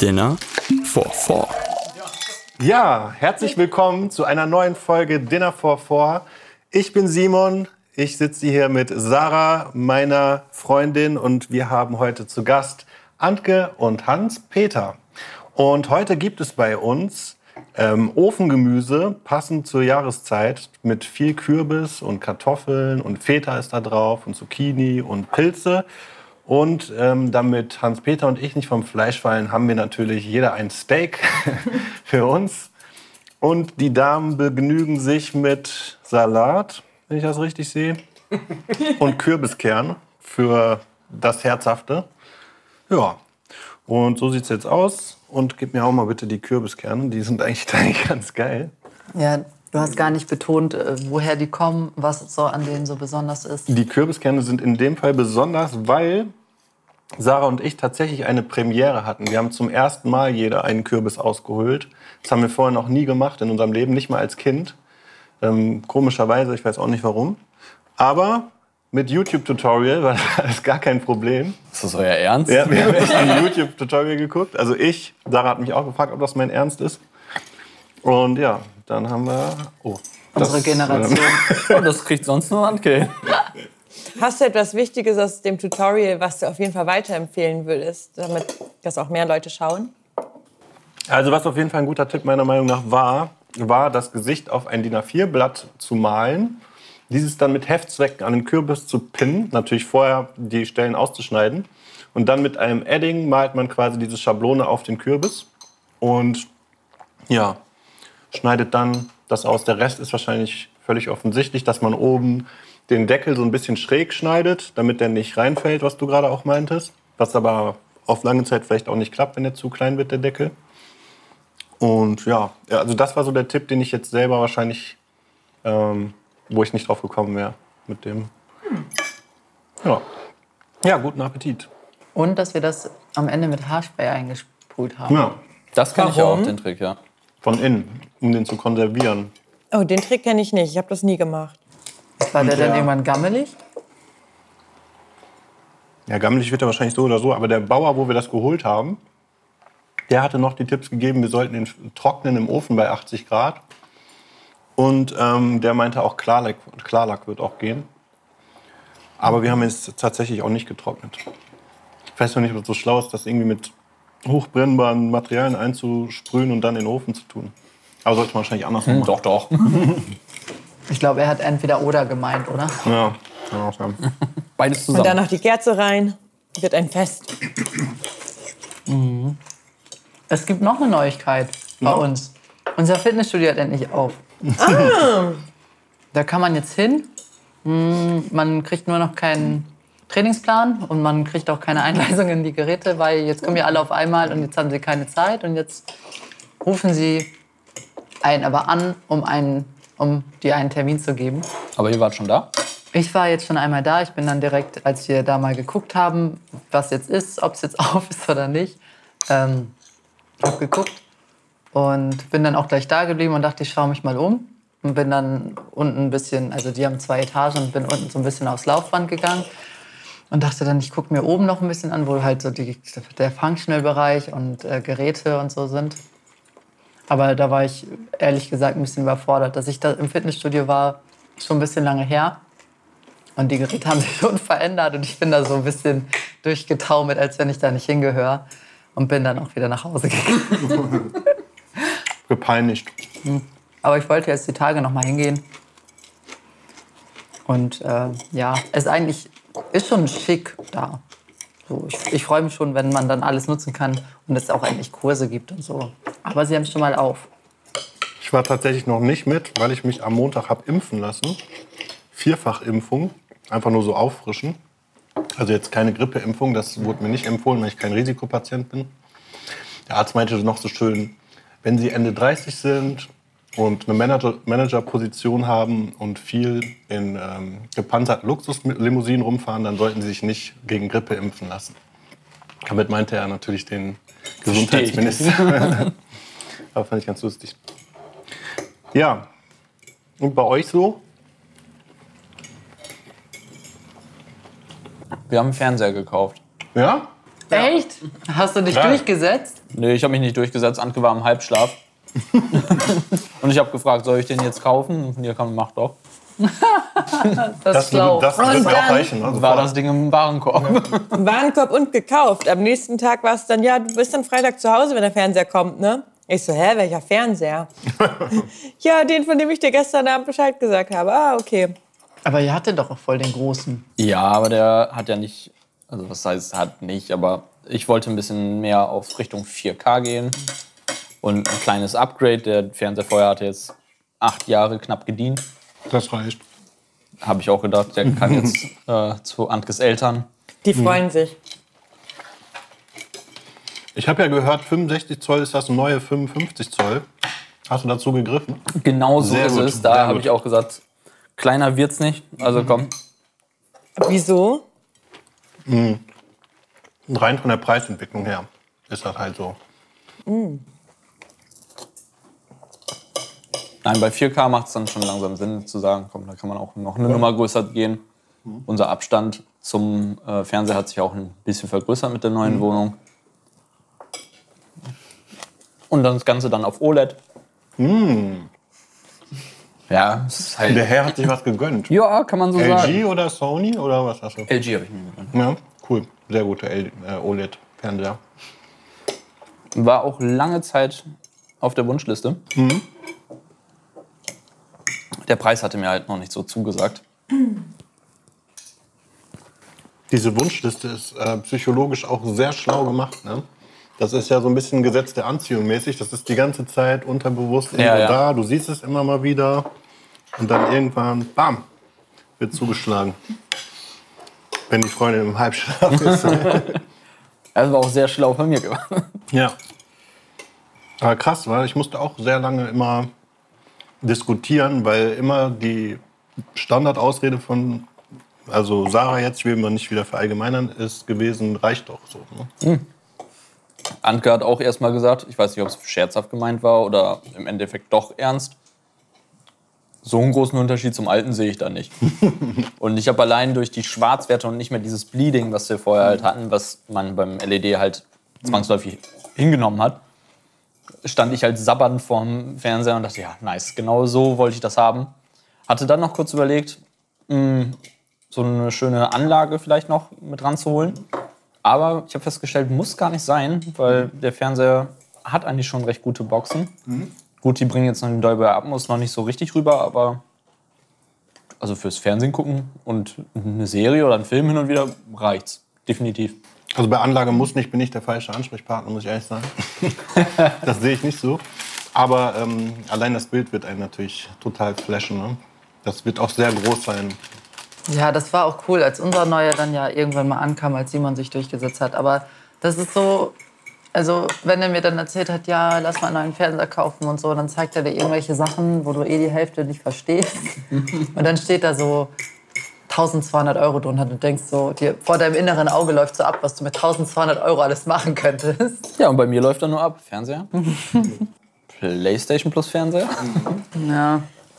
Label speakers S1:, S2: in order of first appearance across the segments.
S1: Dinner for Four.
S2: Ja, herzlich willkommen zu einer neuen Folge Dinner for Four. Ich bin Simon, ich sitze hier mit Sarah, meiner Freundin, und wir haben heute zu Gast Antke und Hans-Peter. Und heute gibt es bei uns Ofengemüse, passend zur Jahreszeit, mit viel Kürbis und Kartoffeln und Feta ist da drauf und Zucchini und Pilze. Und damit Hans-Peter und ich nicht vom Fleisch fallen, haben wir natürlich jeder ein Steak für uns. Und die Damen begnügen sich mit Salat, wenn ich das richtig sehe, und Kürbiskern für das Herzhafte. Ja, und so sieht es jetzt aus. Und gib mir auch mal bitte die Kürbiskerne, die sind eigentlich ganz geil.
S3: Ja, du hast gar nicht betont, woher die kommen, was so an denen so besonders ist.
S2: Die Kürbiskerne sind in dem Fall besonders, weil Sarah und ich tatsächlich eine Premiere hatten. Wir haben zum ersten Mal jeder einen Kürbis ausgeholt. Das haben wir vorher noch nie gemacht in unserem Leben, nicht mal als Kind. Komischerweise, ich weiß auch nicht warum. Aber mit YouTube-Tutorial war das gar kein Problem.
S1: Ist das euer Ernst?
S2: Ja, wir haben echt ein YouTube-Tutorial geguckt. Also ich, Sarah hat mich auch gefragt, ob das mein Ernst ist. Und ja, dann haben wir...
S3: Unsere Generation.
S1: Das kriegt sonst nur Antke.
S4: Hast du etwas Wichtiges aus dem Tutorial, was du auf jeden Fall weiterempfehlen würdest, damit das auch mehr Leute schauen?
S2: Also was auf jeden Fall ein guter Tipp meiner Meinung nach war das Gesicht auf ein DIN A4-Blatt zu malen. Dieses dann mit Heftzwecken an den Kürbis zu pinnen, natürlich vorher die Stellen auszuschneiden. Und dann mit einem Edding malt man quasi diese Schablone auf den Kürbis und ja, schneidet dann das aus. Der Rest ist wahrscheinlich völlig offensichtlich, dass man oben den Deckel so ein bisschen schräg schneidet, damit der nicht reinfällt, was du gerade auch meintest. Was aber auf lange Zeit vielleicht auch nicht klappt, wenn der zu klein wird, der Deckel. Und ja, also das war so der Tipp, den ich jetzt selber wahrscheinlich... wo ich nicht drauf gekommen wäre mit dem. Ja, guten Appetit.
S3: Und dass wir das am Ende mit Haarspray eingesprüht haben.
S2: Ja,
S1: Das kann ich auch, den Trick, ja.
S2: von innen, um den zu konservieren.
S4: Oh, den Trick kenne ich nicht. Ich habe das nie gemacht.
S3: War der dann irgendwann gammelig?
S2: Ja, gammelig wird er wahrscheinlich so oder so, aber der Bauer, wo wir das geholt haben, der hatte noch die Tipps gegeben, wir sollten ihn trocknen im Ofen bei 80 Grad. Und der meinte auch, Klarlack wird auch gehen. Aber wir haben es tatsächlich auch nicht getrocknet. Ich weiß noch nicht, ob es so schlau ist, das irgendwie mit hochbrennbaren Materialien einzusprühen und dann in den Ofen zu tun. Aber sollte man wahrscheinlich anders machen.
S1: Doch.
S3: Ich glaube, er hat entweder oder gemeint, oder?
S2: Ja, kann auch sein.
S1: Beides
S4: Und
S1: zusammen.
S4: dann noch die Kerze rein. Wird ein Fest.
S3: Es gibt noch eine Neuigkeit bei uns. Unser Fitnessstudio hat endlich auf. Da kann man jetzt hin. Man kriegt nur noch keinen Trainingsplan und man kriegt auch keine Einweisung in die Geräte, weil jetzt kommen ja alle auf einmal und jetzt haben sie keine Zeit und jetzt rufen sie einen aber an, um dir einen Termin zu geben.
S1: Aber ihr wart schon da?
S3: Ich war jetzt schon einmal da. Ich bin dann direkt, als wir da mal geguckt haben, was jetzt ist, ob es jetzt auf ist oder nicht, habe geguckt. Und bin dann auch gleich da geblieben und dachte, ich schaue mich mal um. Und bin dann unten ein bisschen, also die haben 2 Etagen, und bin unten so ein bisschen aufs Laufband gegangen. Und dachte dann, ich gucke mir oben noch ein bisschen an, wo halt so der Functional-Bereich und Geräte und so sind. Aber da war ich ehrlich gesagt ein bisschen überfordert. Dass ich da im Fitnessstudio war, schon ein bisschen lange her. Und die Geräte haben sich schon verändert. Und ich bin da so ein bisschen durchgetaumelt, als wenn ich da nicht hingehöre. Und bin dann auch wieder nach Hause gegangen.
S2: Gepeinigt.
S3: Aber ich wollte jetzt die Tage noch mal hingehen. Und ja, es ist schon schick da. So, ich freue mich schon, wenn man dann alles nutzen kann und es auch endlich Kurse gibt und so. Aber sie haben es schon mal auf.
S2: Ich war tatsächlich noch nicht mit, weil ich mich am Montag habe impfen lassen. 4-fach-Impfung, einfach nur so auffrischen. Also jetzt keine Grippeimpfung, das wurde mir nicht empfohlen, weil ich kein Risikopatient bin. Der Arzt meinte noch so schön, wenn Sie Ende 30 sind und eine Managerposition haben und viel in gepanzerten Luxuslimousinen rumfahren, dann sollten Sie sich nicht gegen Grippe impfen lassen. Damit meinte er natürlich den Gesundheitsminister. Aber fand ich ganz lustig. Ja, und bei euch so?
S1: Wir haben einen Fernseher gekauft.
S2: Ja?
S3: Echt? Hast du dich durchgesetzt?
S1: Nee, ich habe mich nicht durchgesetzt. Anke war im Halbschlaf. Und ich habe gefragt, soll ich den jetzt kaufen? Und ja, komm, mach doch.
S2: Das wird mir auch reichen. Ne?
S1: War das Ding im Warenkorb.
S4: Warenkorb und gekauft. Am nächsten Tag war es dann, ja, du bist dann Freitag zu Hause, wenn der Fernseher kommt, ne? Ich so, hä, welcher Fernseher? Ja, den, von dem ich dir gestern Abend Bescheid gesagt habe. Ah, okay.
S3: Aber ihr hattet doch auch voll den großen.
S1: Ja, aber der hat ja nicht, also was heißt, hat nicht, aber ich wollte ein bisschen mehr auf Richtung 4K gehen und ein kleines Upgrade. Der Fernseher vorher hatte jetzt 8 Jahre knapp gedient.
S2: Das reicht.
S1: Habe ich auch gedacht, der kann jetzt zu Ankes Eltern.
S4: Die freuen sich.
S2: Ich habe ja gehört, 65 Zoll ist das neue 55 Zoll. Hast du dazu gegriffen?
S1: Genau so
S2: Sehr
S1: ist
S2: gut,
S1: es. Da
S2: sehr
S1: habe
S2: gut.
S1: ich auch gesagt, kleiner wird's nicht. Also komm.
S4: Wieso?
S2: Rein von der Preisentwicklung her ist das halt so.
S1: Nein, bei 4K macht es dann schon langsam Sinn zu sagen, komm, da kann man auch noch eine Nummer größer gehen. Unser Abstand zum Fernseher hat sich auch ein bisschen vergrößert mit der neuen Wohnung. Und dann das Ganze dann auf OLED. Ja, es ist halt,
S2: Der Herr hat sich was gegönnt.
S1: ja, kann man so sagen.
S2: LG oder Sony oder was hast du?
S1: LG habe ich mir gegönnt.
S2: Ja, cool. Sehr guter OLED-Fernseher.
S1: War auch lange Zeit auf der Wunschliste. Der Preis hatte mir halt noch nicht so zugesagt.
S2: Diese Wunschliste ist psychologisch auch sehr schlau gemacht. Ne? Das ist ja so ein bisschen Gesetz der Anziehung mäßig. Das ist die ganze Zeit unterbewusst irgendwo
S1: ja.
S2: da. Du siehst es immer mal wieder. Und dann irgendwann, bam, wird zugeschlagen. Wenn die Freundin im Halbschlaf ist.
S1: Das war auch sehr schlau von mir gemacht.
S2: Ja. Aber krass, weil ich musste auch sehr lange immer diskutieren, weil immer die Standardausrede von, also Sarah jetzt, ich will mal nicht wieder verallgemeinern, ist gewesen, reicht doch so. Ne?
S1: Anke hat auch erst mal gesagt, ich weiß nicht, ob es scherzhaft gemeint war oder im Endeffekt doch ernst. So einen großen Unterschied zum alten sehe ich da nicht. Und ich habe allein durch die Schwarzwerte und nicht mehr dieses Bleeding, was wir vorher halt hatten, was man beim LED halt zwangsläufig hingenommen hat, stand ich halt sabbernd vorm Fernseher und dachte, ja, nice, genau so wollte ich das haben. Hatte dann noch kurz überlegt, so eine schöne Anlage vielleicht noch mit ranzuholen. Aber ich habe festgestellt, muss gar nicht sein, weil der Fernseher hat eigentlich schon recht gute Boxen. Gut, die bringen jetzt noch den Dolby Atmos noch nicht so richtig rüber, aber also fürs Fernsehen gucken und eine Serie oder einen Film hin und wieder reicht's. Definitiv.
S2: Also bei Anlage muss nicht, bin ich der falsche Ansprechpartner, muss ich ehrlich sagen. Das sehe ich nicht so. Aber allein das Bild wird einen natürlich total flashen. Ne? Das wird auch sehr groß sein.
S3: Ja, das war auch cool, als unser Neuer dann ja irgendwann mal ankam, als Simon sich durchgesetzt hat. Aber das ist so, also wenn er mir dann erzählt hat, ja, lass mal einen neuen Fernseher kaufen und so, dann zeigt er dir irgendwelche Sachen, wo du die Hälfte nicht verstehst. Und dann steht da so 1.200 € drunter. Du denkst so, dir vor deinem inneren Auge läuft so ab, was du mit 1.200 € alles machen könntest.
S1: Ja, und bei mir läuft er nur ab. Fernseher. PlayStation plus Fernseher.
S3: Ja.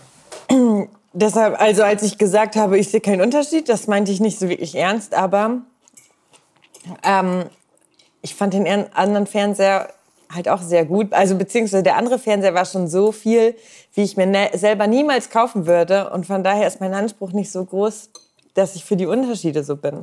S4: Deshalb, also als ich gesagt habe, ich sehe keinen Unterschied, das meinte ich nicht so wirklich ernst, aber ich fand den anderen Fernseher halt auch sehr gut. Also beziehungsweise der andere Fernseher war schon so viel, wie ich mir selber niemals kaufen würde. Und von daher ist mein Anspruch nicht so groß, dass ich für die Unterschiede so bin.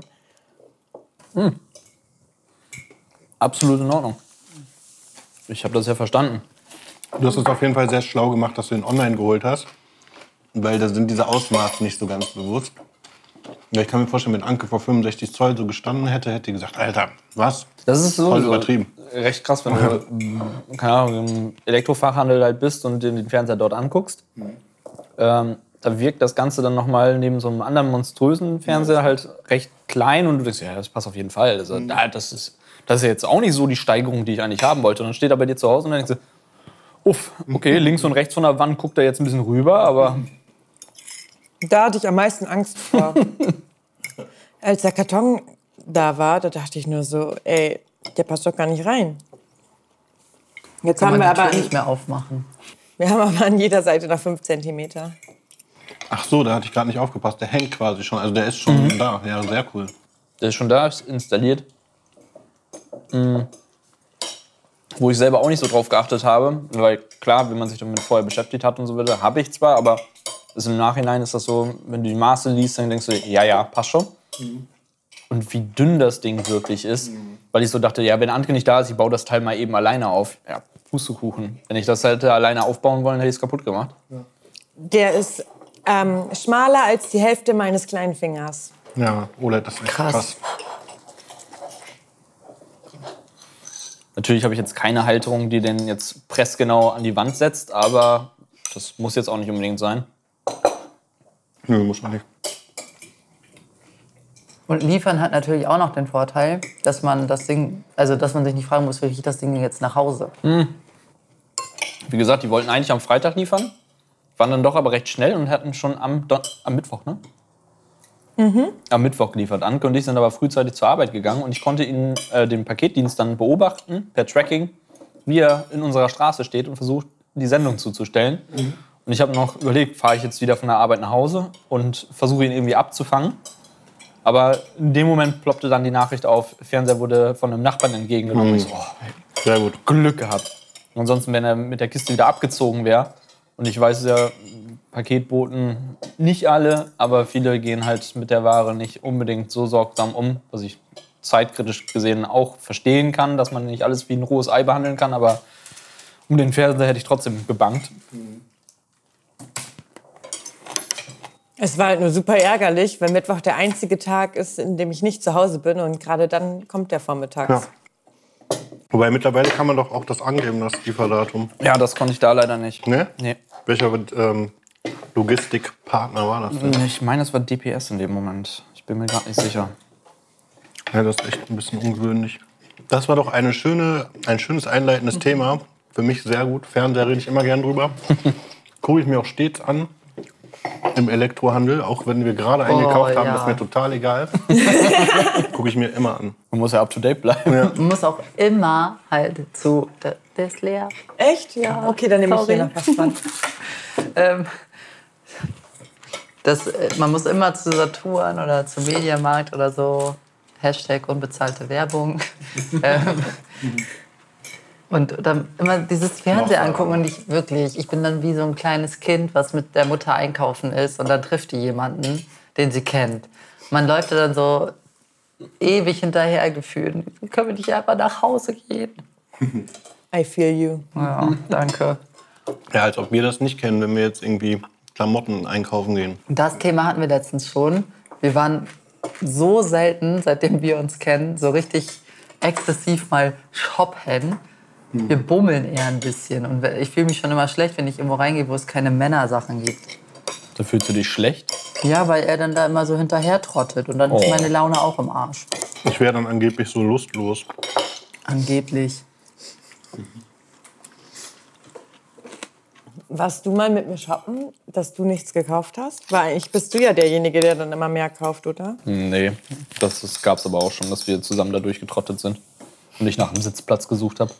S1: Absolut in Ordnung. Ich habe das ja verstanden.
S2: Du hast es auf jeden Fall sehr schlau gemacht, dass du den online geholt hast. Weil da sind diese Ausmaße nicht so ganz bewusst. Ja, ich kann mir vorstellen, wenn Anke vor 65 Zoll so gestanden hätte, hätte die gesagt, Alter, was?
S1: Das ist
S2: Voll
S1: so
S2: übertrieben.
S1: recht krass, wenn du keine Ahnung, im Elektrofachhandel halt bist und dir den Fernseher dort anguckst. Da wirkt das Ganze dann nochmal neben so einem anderen monströsen Fernseher halt recht klein und du denkst, ja, das passt auf jeden Fall. Also, das ist ja jetzt auch nicht so die Steigerung, die ich eigentlich haben wollte. Und dann steht er bei dir zu Hause und dann denkst du, uff, okay, links und rechts von der Wand guckt er jetzt ein bisschen rüber, aber...
S4: Da hatte ich am meisten Angst vor. Als der Karton da war, da dachte ich nur so, ey, der passt doch gar nicht rein. Jetzt
S3: Kann
S4: haben
S3: man
S4: wir
S3: die
S4: aber
S3: Tür nicht mehr aufmachen.
S4: Wir haben aber an jeder Seite noch 5 Zentimeter.
S2: Ach so, da hatte ich gerade nicht aufgepasst. Der hängt quasi schon. Also der ist schon da. Ja, sehr cool.
S1: Der ist schon da, ist installiert. wo ich selber auch nicht so drauf geachtet habe. Weil klar, wenn man sich damit vorher beschäftigt hat und so weiter, habe ich zwar, aber im Nachhinein ist das so, wenn du die Maße liest, dann denkst du, ja, passt schon. Und wie dünn das Ding wirklich ist. Weil ich so dachte, ja, wenn Antke nicht da ist, ich baue das Teil mal eben alleine auf. Ja, Pustekuchen. Wenn ich das hätte alleine aufbauen wollen, hätte ich es kaputt gemacht.
S4: Der ist schmaler als die Hälfte meines kleinen Fingers.
S2: Ja, OLED ist echt krass.
S1: Natürlich habe ich jetzt keine Halterung, die den jetzt pressgenau an die Wand setzt, aber das muss jetzt auch nicht unbedingt sein.
S2: Nö, muss man nicht.
S3: Und liefern hat natürlich auch noch den Vorteil, dass man das Ding, also dass man sich nicht fragen muss, wie kriege ich das Ding jetzt nach Hause?
S1: Wie gesagt, die wollten eigentlich am Freitag liefern, waren dann doch aber recht schnell und hatten schon am Mittwoch, ne? Am Mittwoch geliefert. Anke und ich sind aber frühzeitig zur Arbeit gegangen und ich konnte ihn, den Paketdienst dann beobachten, per Tracking, wie er in unserer Straße steht und versucht, die Sendung zuzustellen. Und ich habe noch überlegt, fahre ich jetzt wieder von der Arbeit nach Hause und versuche ihn irgendwie abzufangen. Aber in dem Moment ploppte dann die Nachricht auf, Fernseher wurde von einem Nachbarn entgegengenommen. Ich so,
S2: Sehr gut.
S1: Glück gehabt. Und ansonsten, wenn er mit der Kiste wieder abgezogen wäre, und ich weiß ja, Paketboten, nicht alle, aber viele gehen halt mit der Ware nicht unbedingt so sorgsam um, was ich zeitkritisch gesehen auch verstehen kann, dass man nicht alles wie ein rohes Ei behandeln kann, aber um den Fernseher hätte ich trotzdem gebangt.
S4: Es war halt nur super ärgerlich, weil Mittwoch der einzige Tag ist, in dem ich nicht zu Hause bin und gerade dann kommt der vormittags.
S2: Ja. Wobei mittlerweile kann man doch auch das angeben, das Lieferdatum.
S1: Ja, das konnte ich da leider nicht.
S2: Ne?
S1: Nee.
S2: Welcher Logistikpartner war das denn?
S1: Ich meine, es war DPS in dem Moment. Ich bin mir gerade nicht sicher.
S2: Ja, das ist echt ein bisschen ungewöhnlich. Das war doch ein schönes einleitendes Thema. Für mich sehr gut. Fernseher rede ich immer gern drüber. Gucke ich mir auch stets an. Im Elektrohandel, auch wenn wir gerade einen gekauft haben,
S3: ja.
S2: ist mir total egal. Gucke ich mir immer an.
S1: Man muss ja up to date bleiben.
S2: Ja.
S3: Man muss auch immer halt zu, der ist leer.
S4: Echt? Ja. Okay, dann nehme ich hier noch was von.
S3: Man muss immer zu Saturn oder zum Mediamarkt oder so. Hashtag unbezahlte Werbung. Und dann immer dieses Fernseher angucken und ich bin dann wie so ein kleines Kind, was mit der Mutter einkaufen ist und dann trifft die jemanden, den sie kennt. Man läuft dann so ewig hinterher gefühlt. Können wir nicht einfach nach Hause gehen?
S4: I feel you.
S3: Ja, danke.
S2: Ja, als ob wir das nicht kennen, wenn wir jetzt irgendwie Klamotten einkaufen gehen.
S3: Das Thema hatten wir letztens schon. Wir waren so selten, seitdem wir uns kennen, so richtig exzessiv mal shoppen. Wir bummeln eher ein bisschen. Und ich fühle mich schon immer schlecht, wenn ich irgendwo reingehe, wo es keine Männersachen gibt.
S1: Da fühlst du dich schlecht?
S3: Ja, weil er dann da immer so hinterher trottet. Und dann ist meine Laune auch im Arsch.
S2: Ich wäre dann angeblich so lustlos.
S3: Angeblich.
S4: Warst du mal mit mir shoppen, dass du nichts gekauft hast? Weil eigentlich bist du ja derjenige, der dann immer mehr kauft, oder?
S1: Nee, das gab's aber auch schon, dass wir zusammen da durchgetrottet sind. Und ich nach einem Sitzplatz gesucht habe.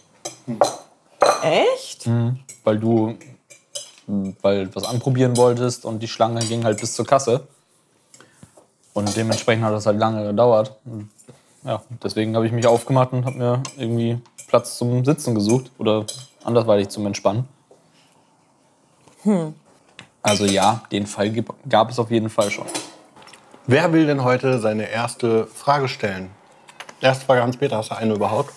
S4: Echt?
S1: Weil du was anprobieren wolltest und die Schlange ging halt bis zur Kasse. Und dementsprechend hat das halt lange gedauert. Und ja, deswegen habe ich mich aufgemacht und habe mir irgendwie Platz zum Sitzen gesucht. Oder anderweitig zum Entspannen. Also ja, den Fall gab es auf jeden Fall schon.
S2: Wer will denn heute seine erste Frage stellen? Erste Frage, Hans-Peter, hast du eine überhaupt?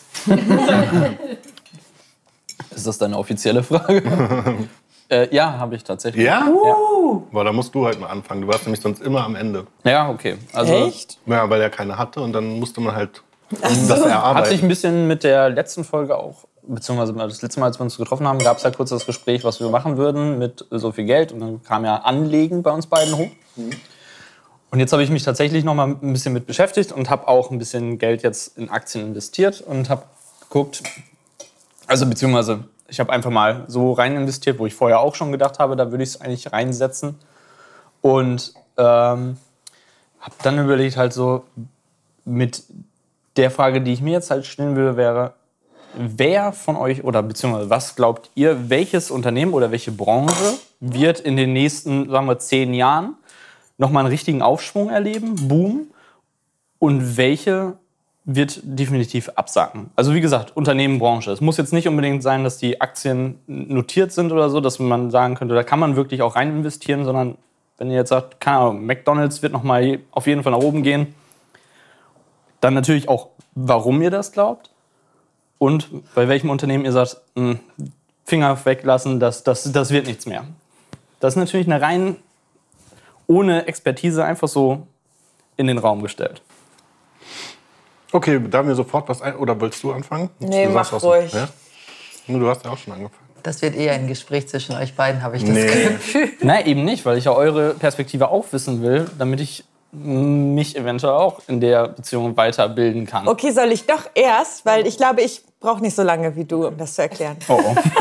S1: Ist das deine offizielle Frage? Ja, habe ich tatsächlich.
S2: Ja? Boah, da musst du halt mal anfangen. Du warst nämlich sonst immer am Ende.
S1: Ja, okay. Also
S4: Echt?
S2: Ja, weil er keine hatte und dann musste man halt das erarbeiten.
S1: hat sich ein bisschen mit der letzten Folge auch, beziehungsweise das letzte Mal, als wir uns getroffen haben, gab es ja kurz das Gespräch, was wir machen würden mit so viel Geld. Und dann kam ja Anlegen bei uns beiden hoch. Und jetzt habe ich mich tatsächlich noch mal ein bisschen mit beschäftigt und habe auch ein bisschen Geld jetzt in Aktien investiert und habe geguckt, also beziehungsweise ich habe einfach mal so rein investiert, wo ich vorher auch schon gedacht habe, da würde ich es eigentlich reinsetzen. Und habe dann überlegt halt so, mit der Frage, die ich mir jetzt halt stellen würde, wäre, wer von euch oder beziehungsweise was glaubt ihr, welches Unternehmen oder welche Branche wird in den nächsten, sagen wir, 10 Jahren nochmal einen richtigen Aufschwung erleben, Boom, und welche
S5: wird definitiv absacken. Also wie gesagt, Unternehmen, Branche. Es muss jetzt nicht unbedingt sein, dass die Aktien notiert sind oder so, dass man sagen könnte, da kann man wirklich auch rein investieren, sondern wenn ihr jetzt sagt, keine Ahnung, McDonald's wird nochmal auf jeden Fall nach oben gehen, dann natürlich auch, warum ihr das glaubt und bei welchem Unternehmen ihr sagt, Finger weglassen, das wird nichts mehr. Das ist natürlich eine rein ohne Expertise einfach so in den Raum gestellt.
S2: Okay, da haben wir sofort was ein. Oder willst du anfangen?
S4: Nee,
S2: du
S4: mach
S2: was,
S4: ruhig.
S2: Ja? Du hast ja auch schon angefangen.
S3: Das wird eher ein Gespräch zwischen euch beiden, habe ich das
S2: Nee.
S3: Gefühl.
S5: Nein, eben nicht, weil ich ja eure Perspektive auch wissen will, damit ich mich eventuell auch in der Beziehung weiterbilden kann.
S4: Okay, soll ich doch erst, weil ich glaube, ich brauche nicht so lange wie du, um das zu erklären.
S5: Oh.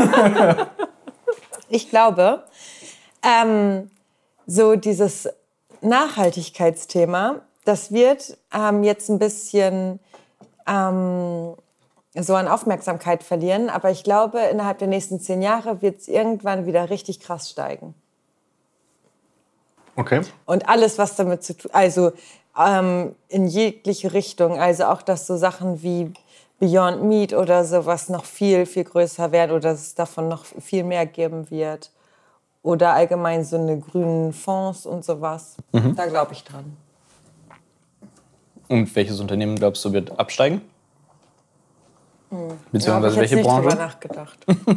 S4: Ich glaube, so dieses Nachhaltigkeitsthema, das wird jetzt ein bisschen so an Aufmerksamkeit verlieren. Aber ich glaube, innerhalb der nächsten 10 Jahre wird es irgendwann wieder richtig krass steigen.
S2: Okay.
S4: Und alles, was damit zu tun, also in jegliche Richtung, also auch, dass so Sachen wie Beyond Meat oder sowas noch viel, viel größer werden oder dass es davon noch viel mehr geben wird. Oder allgemein so eine grünen Fonds und sowas. Da glaube ich dran.
S5: Und welches Unternehmen, glaubst du, wird absteigen?
S4: Da
S5: Beziehungsweise
S4: habe ich
S5: welche
S4: jetzt nicht
S5: Branche?
S4: drüber nachgedacht.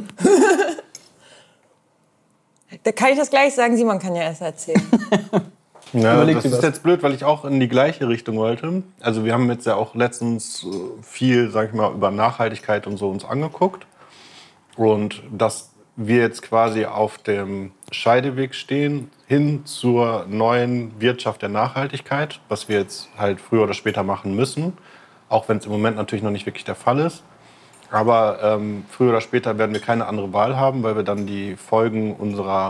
S4: Da kann ich das gleich sagen, Simon kann ja erst erzählen.
S2: Ja,
S5: Überleg
S2: das
S5: dir
S2: ist
S5: was.
S2: jetzt blöd, weil ich auch in die gleiche Richtung wollte. Also wir haben jetzt ja auch letztens viel, sag ich mal, über Nachhaltigkeit und so uns angeguckt. Und dass wir jetzt quasi auf dem Scheideweg stehen hin zur neuen Wirtschaft der Nachhaltigkeit, was wir jetzt halt früher oder später machen müssen, auch wenn es im Moment natürlich noch nicht wirklich der Fall ist. Aber früher oder später werden wir keine andere Wahl haben, weil wir dann die Folgen unserer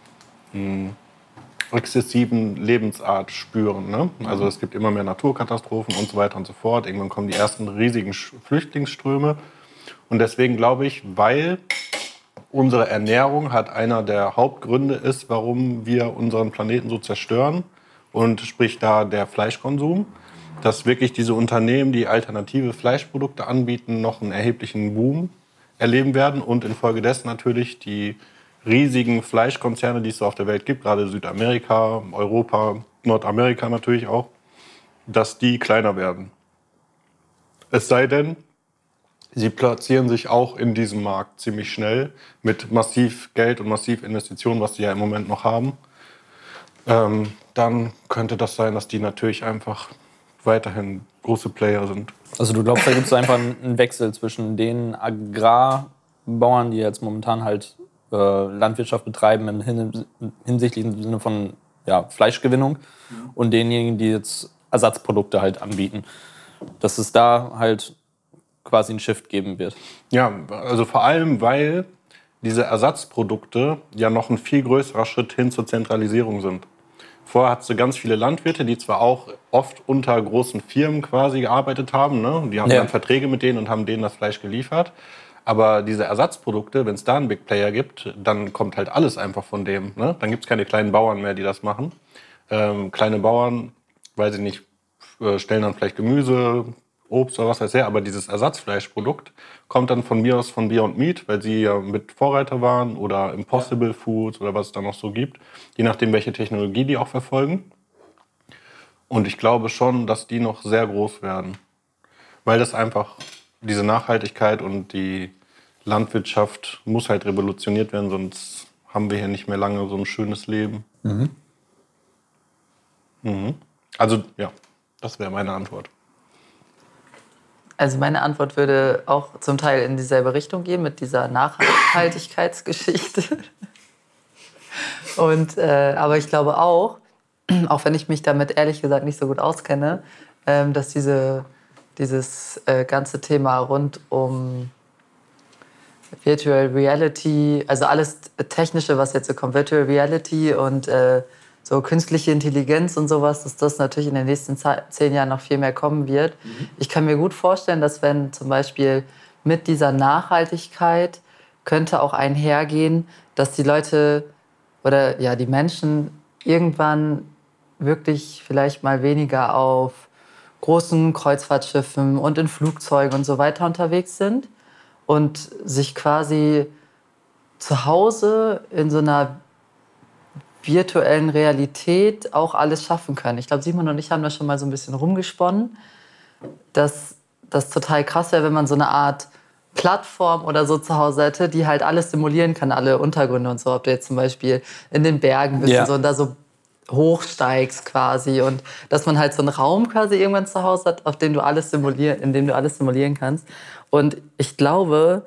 S2: exzessiven Lebensart spüren. Ne? Also es gibt immer mehr Naturkatastrophen und so weiter und so fort. Irgendwann kommen die ersten riesigen Flüchtlingsströme. Und deswegen glaube ich, weil unsere Ernährung halt einer der Hauptgründe ist, warum wir unseren Planeten so zerstören, und sprich da der Fleischkonsum, dass wirklich diese Unternehmen, die alternative Fleischprodukte anbieten, noch einen erheblichen Boom erleben werden und infolgedessen natürlich die riesigen Fleischkonzerne, die es so auf der Welt gibt, gerade Südamerika, Europa, Nordamerika natürlich auch, dass die kleiner werden. Es sei denn, sie platzieren sich auch in diesem Markt ziemlich schnell mit massiv Geld und massiv Investitionen, was sie ja im Moment noch haben. Dann könnte das sein, dass die natürlich einfach weiterhin große Player sind.
S5: Also du glaubst, da gibt es einfach einen Wechsel zwischen den Agrarbauern, die jetzt momentan halt Landwirtschaft betreiben im hinsichtlichen Sinne von Fleischgewinnung, und denjenigen, die jetzt Ersatzprodukte halt anbieten. Dass es da halt quasi einen Shift geben wird.
S2: Ja, also vor allem, weil diese Ersatzprodukte ja noch ein viel größerer Schritt hin zur Zentralisierung sind. Vorher hattest du ganz viele Landwirte, die zwar auch oft unter großen Firmen quasi gearbeitet haben, ne? Die haben dann Verträge mit denen und haben denen das Fleisch geliefert. Aber diese Ersatzprodukte, wenn es da einen Big Player gibt, dann kommt halt alles einfach von dem. Ne? Dann gibt es keine kleinen Bauern mehr, die das machen. Kleine Bauern, weiß ich nicht, stellen dann vielleicht Gemüse, Obst oder was weiß ich, aber dieses Ersatzfleischprodukt kommt dann von mir aus von Beyond Meat, weil sie ja mit Vorreiter waren, oder Impossible Foods oder was es da noch so gibt, je nachdem, welche Technologie die auch verfolgen. Und ich glaube schon, dass die noch sehr groß werden, weil das einfach diese Nachhaltigkeit und die Landwirtschaft muss halt revolutioniert werden, sonst haben wir hier nicht mehr lange so ein schönes Leben. Also ja, das wäre meine Antwort.
S3: Also meine Antwort würde auch zum Teil in dieselbe Richtung gehen mit dieser Nachhaltigkeitsgeschichte. Aber ich glaube auch wenn ich mich damit ehrlich gesagt nicht so gut auskenne, dass dieses ganze Thema rund um Virtual Reality, also alles Technische, was jetzt so kommt, Virtual Reality und so künstliche Intelligenz und sowas, dass das natürlich in den nächsten 10 Jahren noch viel mehr kommen wird. Ich kann mir gut vorstellen, dass wenn zum Beispiel mit dieser Nachhaltigkeit könnte auch einhergehen, dass die Leute oder die Menschen irgendwann wirklich vielleicht mal weniger auf großen Kreuzfahrtschiffen und in Flugzeugen und so weiter unterwegs sind und sich quasi zu Hause in so einer virtuellen Realität auch alles schaffen können. Ich glaube, Simon und ich haben da schon mal so ein bisschen rumgesponnen, dass das total krass wäre, wenn man so eine Art Plattform oder so zu Hause hätte, die halt alles simulieren kann, alle Untergründe und so. Ob du jetzt zum Beispiel in den Bergen bist und da so hochsteigst quasi und dass man halt so einen Raum quasi irgendwann zu Hause hat, in dem du alles simulieren kannst. Und ich glaube,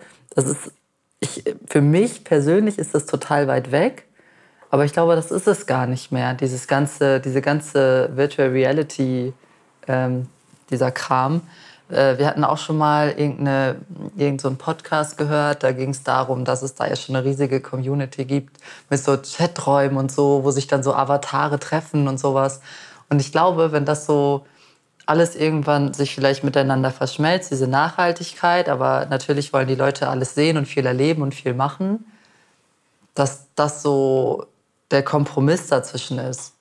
S3: für mich persönlich ist das total weit weg, aber ich glaube, das ist es gar nicht mehr. Diese ganze Virtual Reality, dieser Kram. Wir hatten auch schon mal irgend so einen Podcast gehört, da ging es darum, dass es da ja schon eine riesige Community gibt mit so Chaträumen und so, wo sich dann so Avatare treffen und sowas. Und ich glaube, wenn das so alles irgendwann sich vielleicht miteinander verschmelzt, diese Nachhaltigkeit, aber natürlich wollen die Leute alles sehen und viel erleben und viel machen, dass das so der Kompromiss dazwischen ist.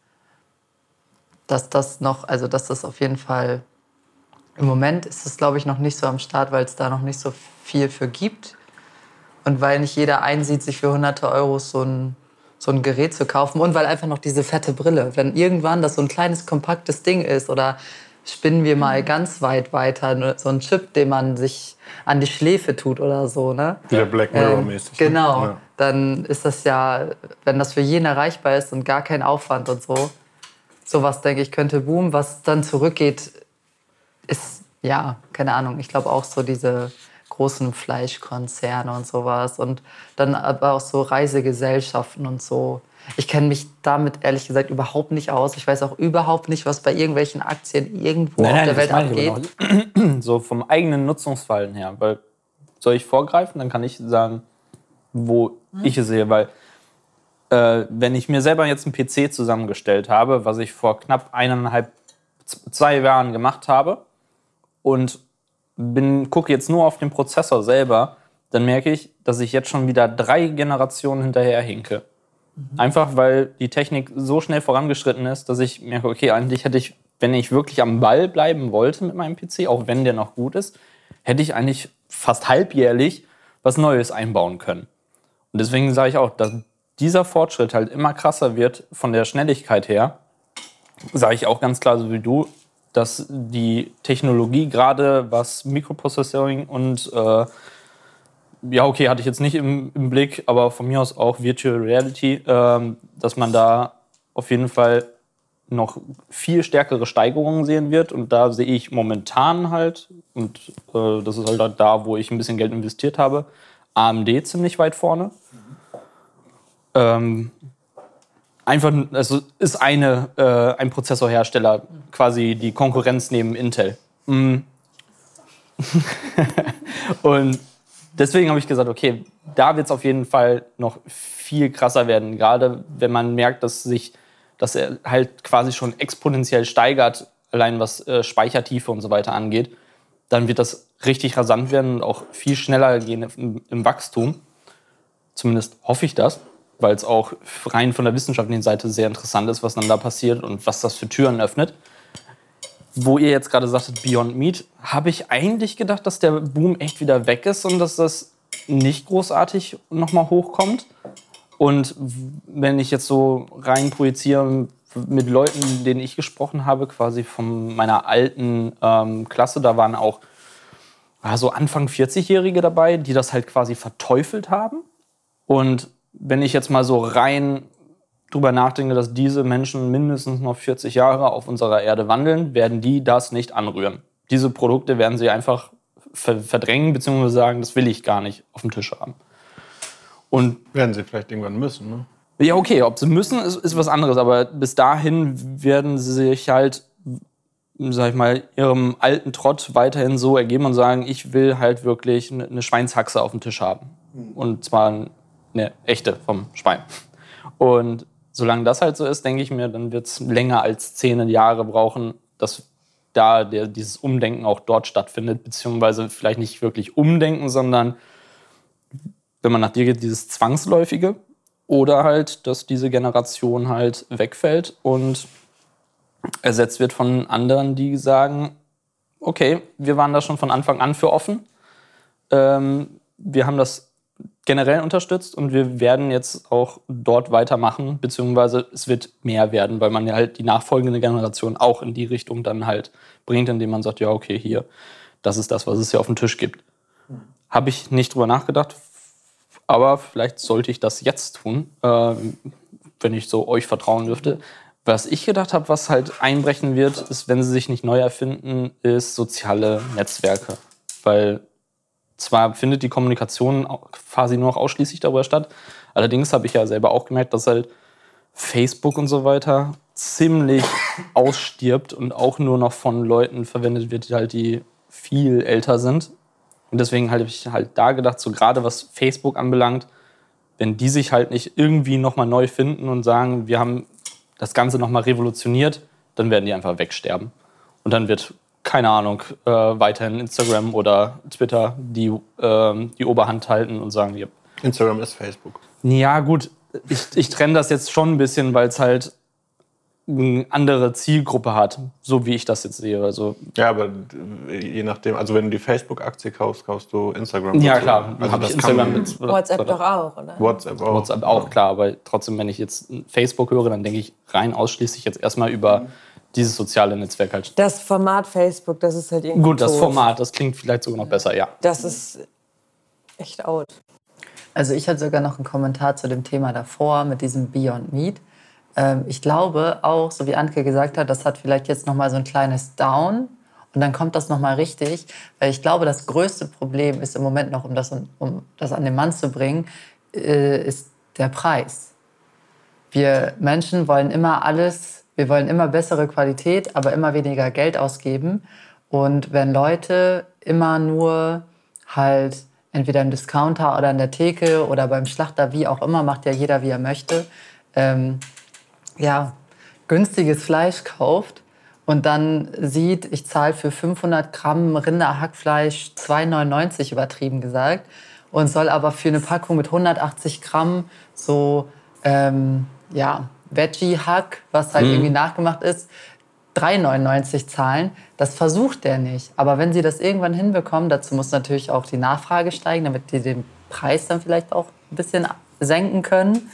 S3: Dass das auf jeden Fall... Im Moment ist es, glaube ich, noch nicht so am Start, weil es da noch nicht so viel für gibt. Und weil nicht jeder einsieht, sich für hunderte Euros so ein Gerät zu kaufen. Und weil einfach noch diese fette Brille. Wenn irgendwann das so ein kleines, kompaktes Ding ist oder spinnen wir mal ganz weit weiter, so ein Chip, den man sich an die Schläfe tut oder so. Ne?
S2: Wieder Black Mirror-mäßig.
S3: Genau.
S2: Ja.
S3: Dann ist das ja, wenn das für jeden erreichbar ist und gar kein Aufwand und so, sowas, denke ich, könnte boomen. Was dann zurückgeht, ist, ja, keine Ahnung, ich glaube auch so diese großen Fleischkonzerne und sowas und dann aber auch so Reisegesellschaften und so. Ich kenne mich damit ehrlich gesagt überhaupt nicht aus. Ich weiß auch überhaupt nicht, was bei irgendwelchen Aktien irgendwo auf der Welt abgeht.
S5: So vom eigenen Nutzungsfallen her. Weil, soll ich vorgreifen? Dann kann ich sagen, wo ich es sehe. Weil wenn ich mir selber jetzt einen PC zusammengestellt habe, was ich vor knapp 2 Jahren gemacht habe, und gucke jetzt nur auf den Prozessor selber, dann merke ich, dass ich jetzt schon wieder 3 Generationen hinterherhinke. Einfach, weil die Technik so schnell vorangeschritten ist, dass ich merke, okay, eigentlich hätte ich, wenn ich wirklich am Ball bleiben wollte mit meinem PC, auch wenn der noch gut ist, hätte ich eigentlich fast halbjährlich was Neues einbauen können. Und deswegen sage ich auch, dass dieser Fortschritt halt immer krasser wird von der Schnelligkeit her, sage ich auch ganz klar, so wie du, dass die Technologie, gerade was Mikroprocessing und ja, okay, hatte ich jetzt nicht im Blick, aber von mir aus auch Virtual Reality, dass man da auf jeden Fall noch viel stärkere Steigerungen sehen wird. Und da sehe ich momentan halt, und das ist halt da, wo ich ein bisschen Geld investiert habe, AMD ziemlich weit vorne. Einfach, also ist ein Prozessorhersteller, quasi die Konkurrenz neben Intel. Und deswegen habe ich gesagt, okay, da wird es auf jeden Fall noch viel krasser werden. Gerade wenn man merkt, dass er halt quasi schon exponentiell steigert, allein was Speichertiefe und so weiter angeht, dann wird das richtig rasant werden und auch viel schneller gehen im Wachstum. Zumindest hoffe ich das, weil es auch rein von der wissenschaftlichen Seite sehr interessant ist, was dann da passiert und was das für Türen öffnet. Wo ihr jetzt gerade sagtet, Beyond Meat, habe ich eigentlich gedacht, dass der Boom echt wieder weg ist und dass das nicht großartig nochmal hochkommt. Und wenn ich jetzt so rein projiziere mit Leuten, denen ich gesprochen habe, quasi von meiner alten Klasse, da waren auch so Anfang 40-Jährige dabei, die das halt quasi verteufelt haben. Und wenn ich jetzt mal so rein drüber nachdenke, dass diese Menschen mindestens noch 40 Jahre auf unserer Erde wandeln, werden die das nicht anrühren. Diese Produkte werden sie einfach verdrängen, beziehungsweise sagen, das will ich gar nicht auf dem Tisch haben. Und
S2: werden sie vielleicht irgendwann müssen, ne?
S5: Ja, okay, ob sie müssen, ist was anderes. Aber bis dahin werden sie sich halt, sag ich mal, ihrem alten Trott weiterhin so ergeben und sagen, ich will halt wirklich eine Schweinshaxe auf dem Tisch haben. Und zwar eine echte vom Schwein. Und solange das halt so ist, denke ich mir, dann wird es länger als 10 Jahre brauchen, dass da dieses Umdenken auch dort stattfindet, beziehungsweise vielleicht nicht wirklich Umdenken, sondern, wenn man nach dir geht, dieses Zwangsläufige oder halt, dass diese Generation halt wegfällt und ersetzt wird von anderen, die sagen, okay, wir waren da schon von Anfang an für offen. Wir haben das generell unterstützt und wir werden jetzt auch dort weitermachen, beziehungsweise es wird mehr werden, weil man ja halt die nachfolgende Generation auch in die Richtung dann halt bringt, indem man sagt, ja, okay, hier, das ist das, was es hier auf dem Tisch gibt. Habe ich nicht drüber nachgedacht, aber vielleicht sollte ich das jetzt tun, wenn ich so euch vertrauen dürfte. Was ich gedacht habe, was halt einbrechen wird, ist, wenn sie sich nicht neu erfinden, ist soziale Netzwerke. Weil zwar findet die Kommunikation quasi nur noch ausschließlich darüber statt, allerdings habe ich ja selber auch gemerkt, dass halt Facebook und so weiter ziemlich ausstirbt und auch nur noch von Leuten verwendet wird, die viel älter sind. Und deswegen habe ich halt da gedacht, so gerade was Facebook anbelangt, wenn die sich halt nicht irgendwie nochmal neu finden und sagen, wir haben das Ganze nochmal revolutioniert, dann werden die einfach wegsterben. Und dann wird, keine Ahnung, weiterhin Instagram oder Twitter die Oberhand halten und sagen, ja.
S2: Instagram ist Facebook.
S5: Ja gut, ich trenne das jetzt schon ein bisschen, weil es halt eine andere Zielgruppe hat, so wie ich das jetzt sehe. Also,
S2: Ja, aber je nachdem, also wenn du die Facebook-Aktie kaufst, kaufst du Instagram.
S5: ja klar,
S2: Also
S5: habe ich
S2: das
S5: Instagram
S2: kann
S5: mit.
S4: WhatsApp doch auch, oder?
S2: WhatsApp auch.
S5: WhatsApp auch, klar, aber trotzdem, wenn ich jetzt Facebook höre, dann denke ich rein ausschließlich jetzt erstmal über dieses soziale Netzwerk halt.
S4: Das Format Facebook, das ist halt irgendwie
S5: Gut, das
S4: tot.
S5: Format, das klingt vielleicht sogar noch besser, ja.
S4: Das ist echt out.
S3: Also ich hatte sogar noch einen Kommentar zu dem Thema davor mit diesem Beyond Meat. Ich glaube auch, so wie Anke gesagt hat, das hat vielleicht jetzt noch mal so ein kleines Down und dann kommt das noch mal richtig. Weil ich glaube, das größte Problem ist im Moment noch, um das an den Mann zu bringen, ist der Preis. Wir Menschen wollen immer alles, wir wollen immer bessere Qualität, aber immer weniger Geld ausgeben. Und wenn Leute immer nur halt entweder im Discounter oder an der Theke oder beim Schlachter, wie auch immer, macht ja jeder, wie er möchte, günstiges Fleisch kauft und dann sieht, ich zahle für 500 Gramm Rinderhackfleisch 2,99 übertrieben gesagt und soll aber für eine Packung mit 180 Gramm so Veggie-Hack, was halt irgendwie nachgemacht ist, 3,99 zahlen. Das versucht der nicht. Aber wenn sie das irgendwann hinbekommen, dazu muss natürlich auch die Nachfrage steigen, damit die den Preis dann vielleicht auch ein bisschen senken können.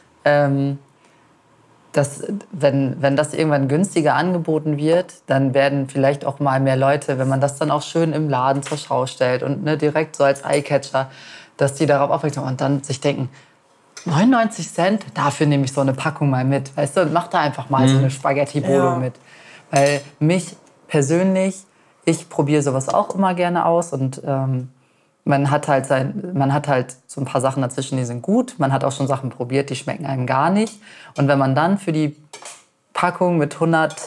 S3: Wenn das irgendwann günstiger angeboten wird, dann werden vielleicht auch mal mehr Leute, wenn man das dann auch schön im Laden zur Schau stellt und direkt so als Eyecatcher, dass die darauf aufmerksam sind und dann sich denken, 99 Cent, dafür nehme ich so eine Packung mal mit. Weißt du, und mach da einfach mal so eine Spaghetti-Bolo mit. Weil mich persönlich, ich probiere sowas auch immer gerne aus und man hat halt so ein paar Sachen dazwischen, die sind gut. Man hat auch schon Sachen probiert, die schmecken einem gar nicht. Und wenn man dann für die Packung mit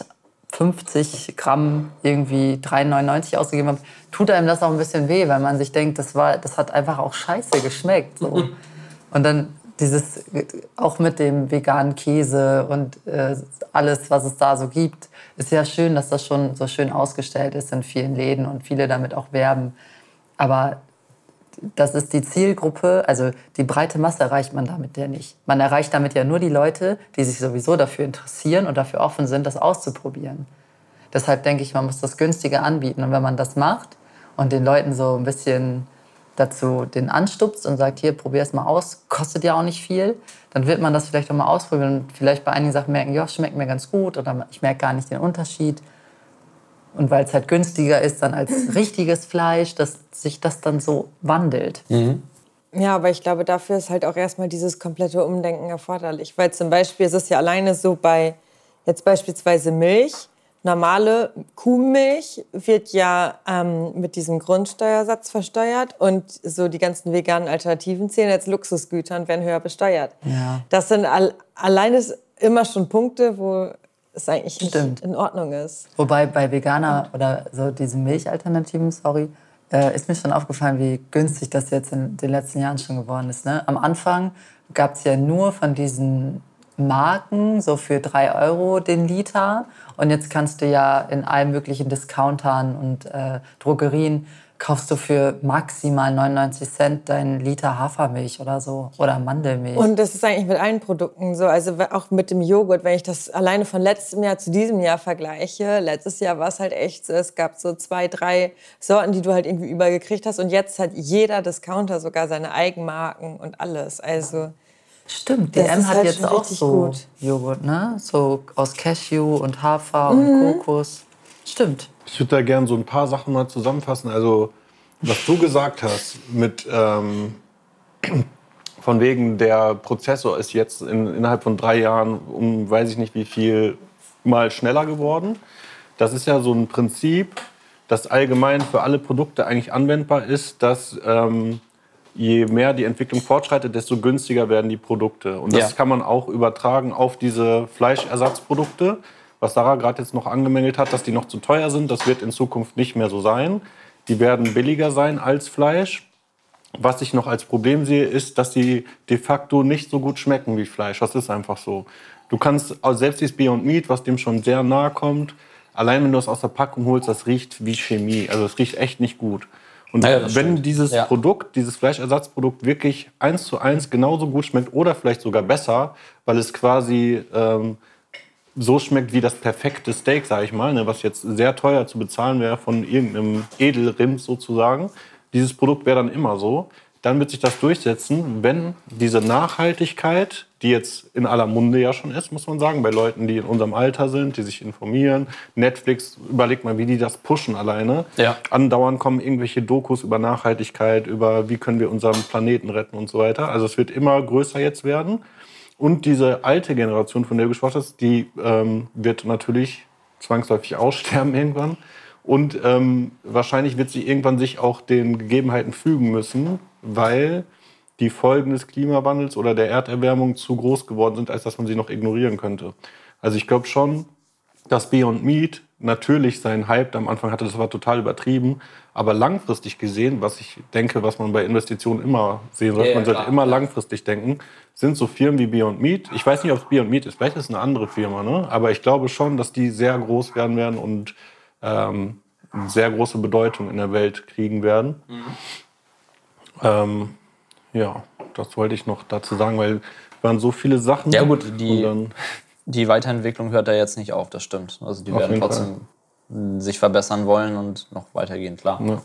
S3: 150 Gramm irgendwie 3,99 ausgegeben hat, tut einem das auch ein bisschen weh, weil man sich denkt, das hat einfach auch scheiße geschmeckt. So. Und dann dieses, auch mit dem veganen Käse und alles, was es da so gibt, ist ja schön, dass das schon so schön ausgestellt ist in vielen Läden und viele damit auch werben. Aber das ist die Zielgruppe, also die breite Masse erreicht man damit ja nicht. Man erreicht damit ja nur die Leute, die sich sowieso dafür interessieren und dafür offen sind, das auszuprobieren. Deshalb denke ich, man muss das günstiger anbieten. Und wenn man das macht und den Leuten so ein bisschen dazu den anstupst und sagt, hier, probier es mal aus, kostet ja auch nicht viel, dann wird man das vielleicht auch mal ausprobieren und vielleicht bei einigen Sachen merken, ja, schmeckt mir ganz gut oder ich merke gar nicht den Unterschied. Und weil es halt günstiger ist dann als richtiges Fleisch, dass sich das dann so wandelt.
S4: Ja, aber ich glaube, dafür ist halt auch erstmal dieses komplette Umdenken erforderlich. Weil zum Beispiel ist es ja alleine so bei jetzt beispielsweise Milch. Normale Kuhmilch wird ja mit diesem Grundsteuersatz versteuert und so die ganzen veganen Alternativen zählen als Luxusgüter und werden höher besteuert.
S3: Ja.
S4: Das sind alleine immer schon Punkte, wo es eigentlich nicht in Ordnung ist.
S3: Wobei bei Veganer oder so diesen Milchalternativen, ist mir schon aufgefallen, wie günstig das jetzt in den letzten Jahren schon geworden ist. Ne? Am Anfang gab es ja nur von diesen Marken, so für 3 Euro den Liter. Und jetzt kannst du ja in allen möglichen Discountern und Drogerien kaufst du für maximal 99 Cent deinen Liter Hafermilch oder so oder Mandelmilch.
S4: Und das ist eigentlich mit allen Produkten so, also auch mit dem Joghurt, wenn ich das alleine von letztem Jahr zu diesem Jahr vergleiche. Letztes Jahr war es halt echt so, es gab so 2, 3 Sorten, die du halt irgendwie übergekriegt hast und jetzt hat jeder Discounter sogar seine Eigenmarken und alles, also...
S3: Stimmt,
S4: das
S3: DM
S4: ist
S3: hat
S4: halt
S3: jetzt
S4: schon
S3: auch
S4: richtig
S3: so
S4: gut.
S3: Joghurt, ne? So aus Cashew und Hafer und Kokos. Stimmt.
S2: Ich würde da gerne so ein paar Sachen mal zusammenfassen. Also, was du gesagt hast, mit von wegen der Prozessor ist jetzt innerhalb von 3 Jahren um weiß ich nicht wie viel mal schneller geworden. Das ist ja so ein Prinzip, das allgemein für alle Produkte eigentlich anwendbar ist, dass je mehr die Entwicklung fortschreitet, desto günstiger werden die Produkte. Und das kann man auch übertragen auf diese Fleischersatzprodukte. Was Sarah gerade jetzt noch angemängelt hat, dass die noch zu teuer sind, das wird in Zukunft nicht mehr so sein. Die werden billiger sein als Fleisch. Was ich noch als Problem sehe, ist, dass die de facto nicht so gut schmecken wie Fleisch. Das ist einfach so. Du kannst, selbst dieses Beyond Meat, was dem schon sehr nahe kommt, allein wenn du es aus der Packung holst, das riecht wie Chemie. Also es riecht echt nicht gut. Und wenn dieses Produkt, dieses Fleischersatzprodukt wirklich 1:1 genauso gut schmeckt oder vielleicht sogar besser, weil es quasi so schmeckt wie das perfekte Steak, sage ich mal, ne, was jetzt sehr teuer zu bezahlen wäre von irgendeinem Edelrind sozusagen. Dieses Produkt wäre dann immer so. Dann wird sich das durchsetzen, wenn diese Nachhaltigkeit, die jetzt in aller Munde ja schon ist, muss man sagen, bei Leuten, die in unserem Alter sind, die sich informieren. Netflix, überlegt mal, wie die das pushen alleine. Ja. Andauernd kommen irgendwelche Dokus über Nachhaltigkeit, über wie können wir unseren Planeten retten und so weiter. Also es wird immer größer jetzt werden. Und diese alte Generation, von der du gesprochen hast, die wird natürlich zwangsläufig aussterben irgendwann. Und wahrscheinlich wird sie irgendwann sich auch den Gegebenheiten fügen müssen, weil die Folgen des Klimawandels oder der Erderwärmung zu groß geworden sind, als dass man sie noch ignorieren könnte. Also ich glaube schon, dass Beyond Meat natürlich seinen Hype am Anfang hatte, das war total übertrieben. Aber langfristig gesehen, was ich denke, was man bei Investitionen immer sehen sollte, man sollte immer langfristig denken, sind so Firmen wie Beyond Meat. Ich weiß nicht, ob es Beyond Meat ist, vielleicht ist es eine andere Firma, ne? Aber ich glaube schon, dass die sehr groß werden werden und sehr große Bedeutung in der Welt kriegen werden. Ja, das wollte ich noch dazu sagen, weil es waren so viele Sachen.
S1: Ja gut, die Weiterentwicklung hört da jetzt nicht auf, das stimmt. Also die werden trotzdem sich verbessern wollen und noch weitergehen, klar.
S2: Ja.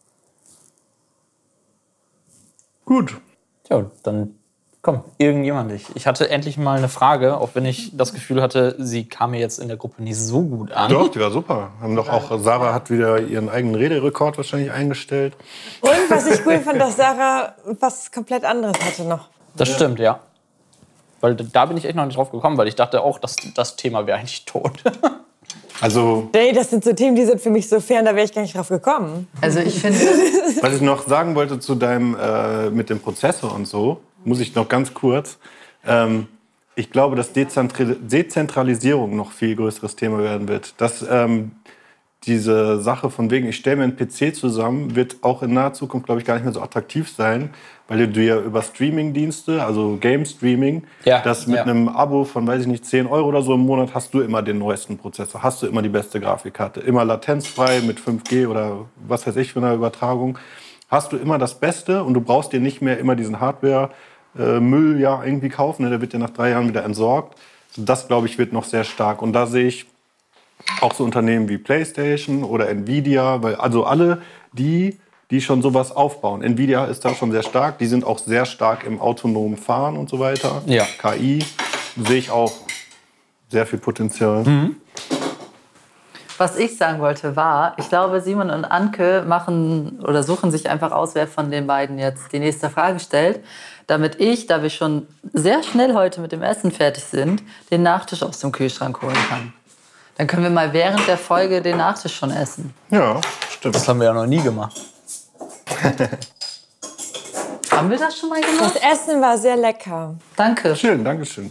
S2: Gut.
S1: Tja, dann komm, irgendjemand. Ich hatte endlich mal eine Frage, auch wenn ich das Gefühl hatte, sie kam mir jetzt in der Gruppe nicht so gut an.
S2: Doch, die war super. Haben doch auch, Sarah hat wieder ihren eigenen Rederekord wahrscheinlich eingestellt.
S4: Und was ich cool fand, dass Sarah was komplett anderes hatte noch.
S1: Das stimmt, ja. Weil da bin ich echt noch nicht drauf gekommen, weil ich dachte auch, dass das Thema wäre eigentlich tot.
S2: Also,
S4: Nee, das sind so Themen, die sind für mich so fern, da wäre ich gar nicht drauf gekommen.
S3: Also ich finde,
S2: was ich noch sagen wollte zu deinem, mit dem Prozessor und so, muss ich noch ganz kurz. Ich glaube, dass Dezentralisierung noch viel größeres Thema werden wird. Dass diese Sache von wegen, ich stelle mir einen PC zusammen, wird auch in naher Zukunft, glaube ich, gar nicht mehr so attraktiv sein, weil du ja über Streaming-Dienste, also Game-Streaming, das mit einem Abo von, weiß ich nicht, 10 € oder so im Monat, hast du immer den neuesten Prozessor, hast du immer die beste Grafikkarte, immer latenzfrei mit 5G oder was weiß ich für eine Übertragung. Hast du immer das Beste und du brauchst dir nicht mehr immer diesen Hardware-Müll irgendwie kaufen, ne? Der wird ja nach 3 Jahren wieder entsorgt. Das, glaube ich, wird noch sehr stark. Und da sehe ich auch so Unternehmen wie PlayStation oder Nvidia, weil also alle die schon sowas aufbauen. Nvidia ist da schon sehr stark, die sind auch sehr stark im autonomen Fahren und so weiter. Ja. KI sehe ich auch sehr viel Potenzial.
S3: was ich sagen wollte war, ich glaube, Simon und Anke machen oder suchen sich einfach aus, wer von den beiden jetzt die nächste Frage stellt, damit ich, da wir schon sehr schnell heute mit dem Essen fertig sind, den Nachtisch aus dem Kühlschrank holen kann. Dann können wir mal während der Folge den Nachtisch schon essen.
S2: Ja, stimmt.
S1: Das haben wir ja noch nie gemacht.
S3: Haben wir das schon mal gemacht?
S4: Das Essen war sehr lecker.
S3: Danke.
S2: Schön, danke schön.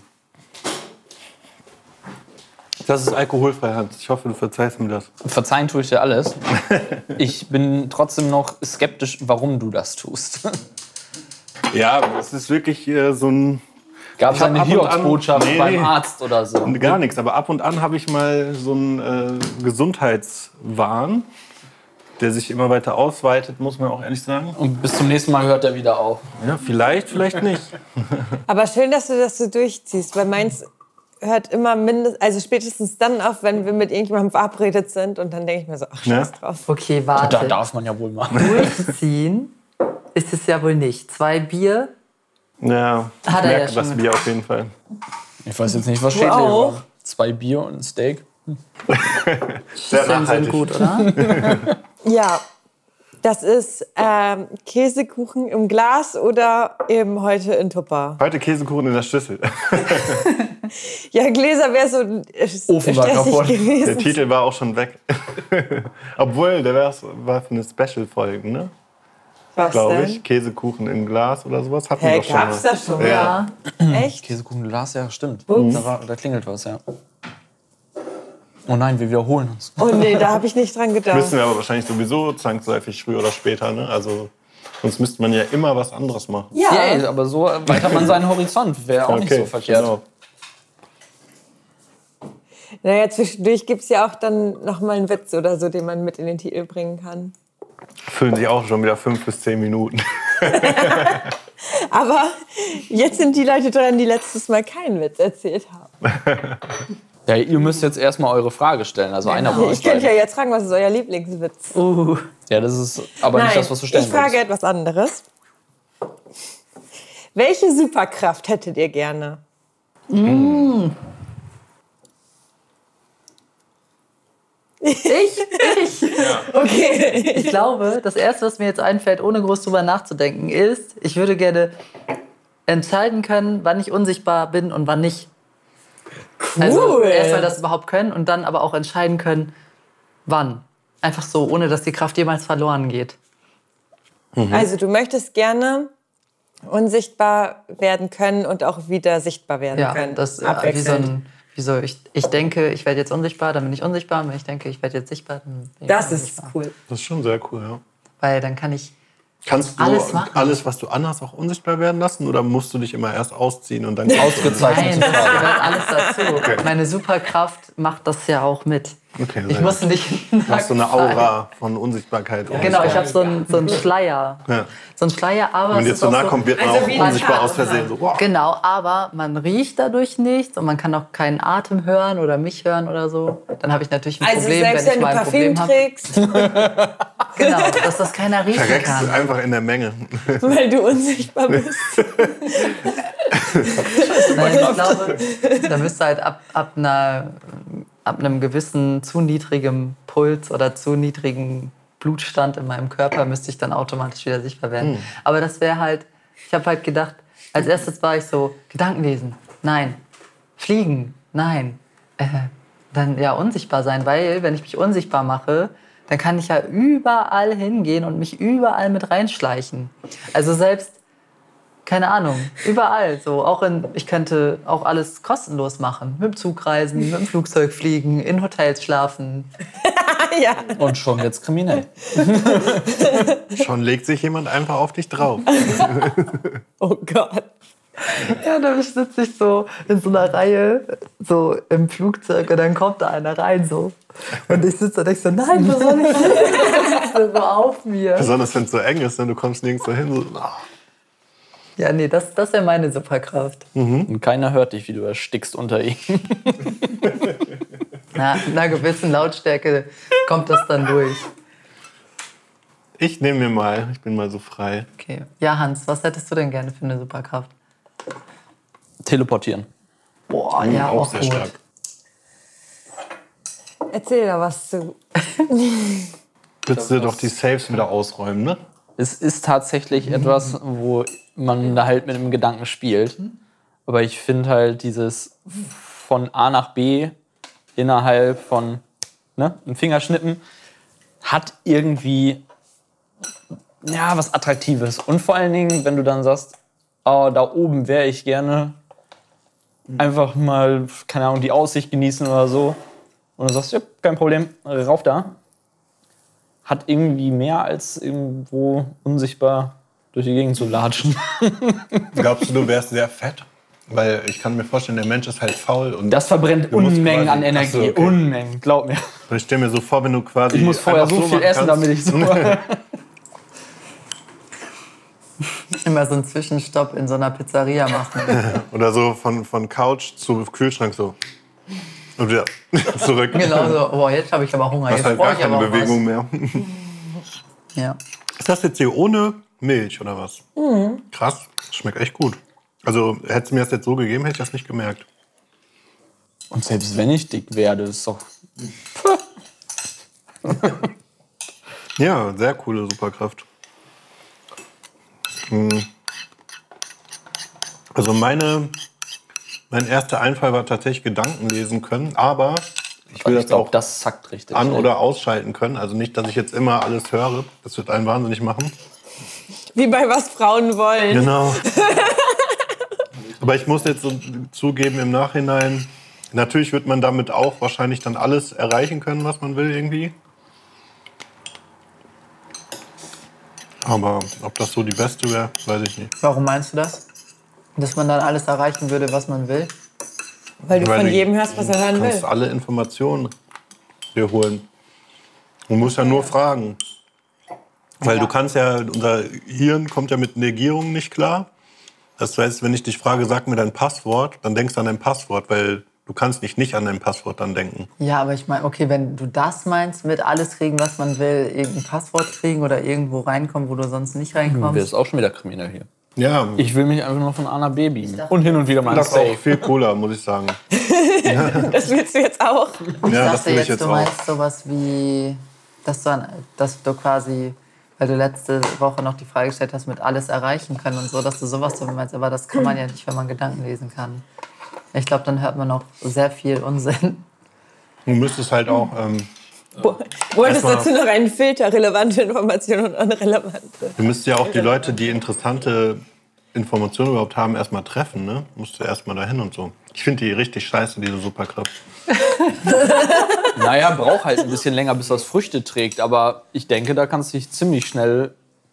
S2: Das ist alkoholfrei, Hans. Ich hoffe, du verzeihst mir das.
S1: Verzeihen tue ich dir alles. Ich bin trotzdem noch skeptisch, warum du das tust.
S2: Ja, es ist wirklich so ein...
S1: Gab es eine Hiobsbotschaft beim Arzt oder so?
S2: Gar nichts, aber ab und an habe ich mal so einen Gesundheitswahn. der sich immer weiter ausweitet, muss man auch ehrlich sagen.
S1: Und bis zum nächsten Mal hört er wieder auf.
S2: Ja, vielleicht nicht.
S4: Aber schön, dass du das so durchziehst, weil meins hört immer also spätestens dann auf, wenn wir mit irgendjemandem verabredet sind. Und dann denke ich mir so, ach, scheiß drauf.
S3: Okay,
S1: Da
S3: warte.
S1: darf man ja wohl machen.
S3: Durchziehen ist es ja wohl nicht. 2 Bier.
S2: Ja, ich
S3: Hat er ja
S2: merke
S3: schon
S2: das Bier auf jeden Fall.
S1: Ich weiß jetzt nicht, was steht
S4: auch?
S1: hier. 2 Bier und ein Steak.
S2: Sehr
S3: Sind
S2: nachhaltig.
S3: gut, oder?
S4: Ja, das ist Käsekuchen im Glas oder eben heute in Tupper.
S2: Heute Käsekuchen in der Schüssel.
S4: Ja, Gläser wäre so
S1: Ofen war
S4: stressig
S1: kaputt.
S2: Der
S4: gewesen.
S2: Titel war auch schon weg. Obwohl, der war für eine Special-Folge, ne?
S4: Was
S2: Glaube
S4: denn?
S2: ich. Käsekuchen im Glas oder sowas. Hatten
S4: Hä,
S2: wir doch schon
S4: gab's
S2: mal.
S4: das schon?
S2: Ja.
S4: Echt?
S1: Käsekuchenglas, ja, stimmt. Da klingelt was, ja. Oh nein, wir wiederholen uns.
S4: Oh nee, da habe ich nicht dran gedacht.
S2: Müssen wir aber wahrscheinlich sowieso zwangsläufig früher oder später, ne? Also, sonst müsste man ja immer was anderes machen.
S4: Ja,
S1: Yay, aber so erweitert man seinen Horizont. Wäre auch nicht so verkehrt.
S2: Genau.
S4: naja, zwischendurch gibt es ja auch dann noch mal einen Witz oder so, den man mit in den Titel bringen kann.
S2: Füllen sich auch schon wieder 5 bis 10 Minuten.
S4: Aber jetzt sind die Leute dran, die letztes Mal keinen Witz erzählt haben.
S1: Ja, ihr müsst jetzt erstmal eure Frage stellen. Also einer von euch
S4: Ich könnte ja
S1: beiden.
S4: jetzt fragen, was ist euer Lieblingswitz?
S1: Ja, das ist aber nicht das, was du stellen
S4: ich frage
S1: willst.
S4: etwas anderes. Welche Superkraft hättet ihr gerne? Okay.
S3: Ich glaube, das Erste, was mir jetzt einfällt, ohne groß drüber nachzudenken, ist, ich würde gerne entscheiden können, wann ich unsichtbar bin und wann nicht. Also erstmal das überhaupt können und dann aber auch entscheiden können, wann. Einfach so, ohne dass die Kraft jemals verloren geht.
S4: Also du möchtest gerne unsichtbar werden können und auch wieder sichtbar werden
S3: Ja,
S4: können.
S3: das
S4: Abwechselnd.
S3: ich denke, ich werde jetzt unsichtbar, dann bin ich unsichtbar. Und wenn ich denke, ich werde jetzt sichtbar, dann bin ich
S4: Das ist
S3: unsichtbar.
S4: cool.
S2: Das ist schon sehr cool, ja.
S3: Weil dann kann ich
S2: Kannst du
S3: Alles machen.
S2: alles, was du anhast, auch unsichtbar werden lassen? Oder musst du dich immer erst ausziehen und dann...
S1: Ausgezeichnet.
S3: Nein, das gehört alles dazu. Meine Superkraft macht das ja auch mit.
S2: Okay,
S3: Ich
S2: sehr
S3: muss nicht
S2: Du hast so eine Aura von Unsichtbarkeit.
S3: Genau, ich habe so einen Schleier.
S2: Ja.
S3: So einen Schleier, aber
S2: Wenn
S3: es
S2: dir
S3: ist
S2: zu
S3: auch
S2: nahe
S3: so,
S2: kommt, wird man
S4: Also
S2: auch
S4: wie ein
S2: unsichtbar
S4: Schaf.
S2: aus Versehen. So, wow.
S3: Genau, aber man riecht dadurch nichts und man kann auch keinen Atem hören oder mich hören oder so. Dann habe ich natürlich ein
S4: Also
S3: Problem,
S4: selbst
S3: wenn ich
S4: wenn
S3: mal
S4: du
S3: ein
S4: Parfüm
S3: Problem habe.
S4: trägst,
S3: Genau, dass das keiner riechen
S2: Verreckst
S3: kann.
S2: einfach in der Menge.
S4: weil du unsichtbar bist.
S3: Nein, ich glaube, da müsste halt ab einem gewissen zu niedrigem Puls oder zu niedrigen Blutstand in meinem Körper müsste ich dann automatisch wieder sichtbar werden. Aber das wäre halt, ich habe halt gedacht, als erstes war ich so, Gedankenlesen, nein. Fliegen, nein. Dann ja unsichtbar sein, weil wenn ich mich unsichtbar mache, dann kann ich ja überall hingehen und mich überall mit reinschleichen. Also selbst, keine Ahnung, überall. So, ich könnte auch alles kostenlos machen. Mit dem Zug reisen, mit dem Flugzeug fliegen, in Hotels schlafen.
S4: Ja.
S1: Und schon wird's kriminell.
S2: Schon legt sich jemand einfach auf dich drauf.
S4: Oh Gott.
S3: Ja, dann sitze ich so in so einer Reihe, so im Flugzeug, und dann kommt da einer rein, so. Und ich sitze da und denke so, nein, wo soll ich hin? So auf mir.
S2: Besonders wenn es so eng ist, ne? Du kommst nirgends hin. So,
S3: Ja, nee, das wäre meine Superkraft.
S1: Und keiner hört dich, wie du erstickst unter ihm.
S3: Na, in einer gewissen Lautstärke kommt das dann durch.
S2: Ich nehme mir mal, ich bin mal so frei.
S3: Okay. Ja, Hans, was hättest du denn gerne für eine Superkraft?
S1: Teleportieren.
S3: Boah, ja, auch
S2: sehr
S3: gut.
S2: stark.
S4: Erzähl da was zu.
S2: Willst du doch die Saves wieder ausräumen, ne?
S1: Es ist tatsächlich etwas, wo man da halt mit dem Gedanken spielt. Aber ich finde halt dieses von A nach B innerhalb von einem Fingerschnippen hat irgendwie was Attraktives. Und vor allen Dingen, wenn du dann sagst, oh, da oben wäre ich gerne, einfach mal, keine Ahnung, die Aussicht genießen oder so. Und du sagst, ja, kein Problem, rauf da. Hat irgendwie mehr als irgendwo unsichtbar durch die Gegend zu latschen.
S2: Glaubst du, du wärst sehr fett? Weil ich kann mir vorstellen, der Mensch ist halt faul. Und
S5: Das verbrennt
S2: du musst
S5: Unmengen
S2: quasi-
S5: an Energie.
S2: Ach so, okay.
S5: Unmengen, glaub mir.
S2: Ich stelle mir so vor, wenn du quasi.
S5: Ich muss vorher
S2: einfach
S5: so viel
S2: machen
S5: essen,
S2: kannst.
S5: damit ich so...
S3: Immer so einen Zwischenstopp in so einer Pizzeria machen.
S2: Oder so von Couch zu Kühlschrank so. Und wieder zurück.
S3: Genau so. Boah, jetzt habe ich aber Hunger.
S2: Hast
S3: Jetzt
S2: halt
S3: brauche
S2: gar
S3: ich aber
S2: keine
S3: auch
S2: Bewegung mehr.
S3: was. Ja.
S2: Ist das jetzt hier ohne Milch oder was? Krass, schmeckt echt gut. Also hättest du mir das jetzt so gegeben, hätte ich das nicht gemerkt.
S1: Und selbst wenn ich dick werde, ist doch...
S2: Ja, sehr coole Superkraft. Also mein erster Einfall war tatsächlich Gedanken lesen können, aber ich will
S1: Ich
S2: das
S1: glaube,
S2: auch
S1: das zackt richtig.
S2: an- oder ausschalten können. Also nicht, dass ich jetzt immer alles höre. Das wird einen wahnsinnig machen.
S4: Wie bei was Frauen wollen.
S2: Genau. Aber ich muss jetzt so zugeben im Nachhinein, natürlich wird man damit auch wahrscheinlich dann alles erreichen können, was man will irgendwie. Aber ob das so die beste wäre, weiß ich nicht.
S3: Warum meinst du das? Dass man dann alles erreichen würde, was man will?
S4: Weil du
S2: Weil
S4: von
S2: du
S4: jedem hörst, was er hören
S2: kannst
S4: will.
S2: alle Informationen dir holen. Du musst ja nur fragen. Weil du kannst ja, unser Hirn kommt ja mit Negierung nicht klar. Das heißt, wenn ich dich frage, sag mir dein Passwort, dann denkst du an dein Passwort, weil du kannst nicht an dein Passwort dann denken.
S3: Ja, aber ich meine, okay, wenn du das meinst, mit alles kriegen, was man will, irgendein Passwort kriegen oder irgendwo reinkommen, wo du sonst nicht
S1: Wer
S3: reinkommst.
S1: ist auch schon wieder kriminell hier.
S2: Ja,
S1: Ich will mich einfach nur von A nach B beamen. Und hin und wieder mal ein
S2: das ist auch
S1: Safe.
S2: viel cooler, muss ich sagen.
S4: Das willst du jetzt auch.
S3: Ich
S2: Ja, das
S3: dachte
S2: will ich
S3: jetzt,
S2: jetzt
S3: du
S2: auch.
S3: meinst sowas wie, dass du quasi, weil du letzte Woche noch die Frage gestellt hast, mit alles erreichen können und so, dass du sowas damit meinst. Aber das kann man ja nicht, wenn man Gedanken lesen kann. Ich glaube, dann hört man noch sehr viel Unsinn.
S2: Du müsstest halt auch,
S4: Wolltest
S2: Erstmal-
S4: dazu noch einen Filter, relevante Informationen und unrelevante.
S2: du müsstest ja auch die Leute, die interessante Informationen überhaupt haben, erstmal treffen, ne? Musst du erstmal dahin und so. Ich finde die richtig scheiße, diese Superkraft.
S1: Naja, braucht halt ein bisschen länger, bis das Früchte trägt. Aber ich denke, da kannst du dich ziemlich schnell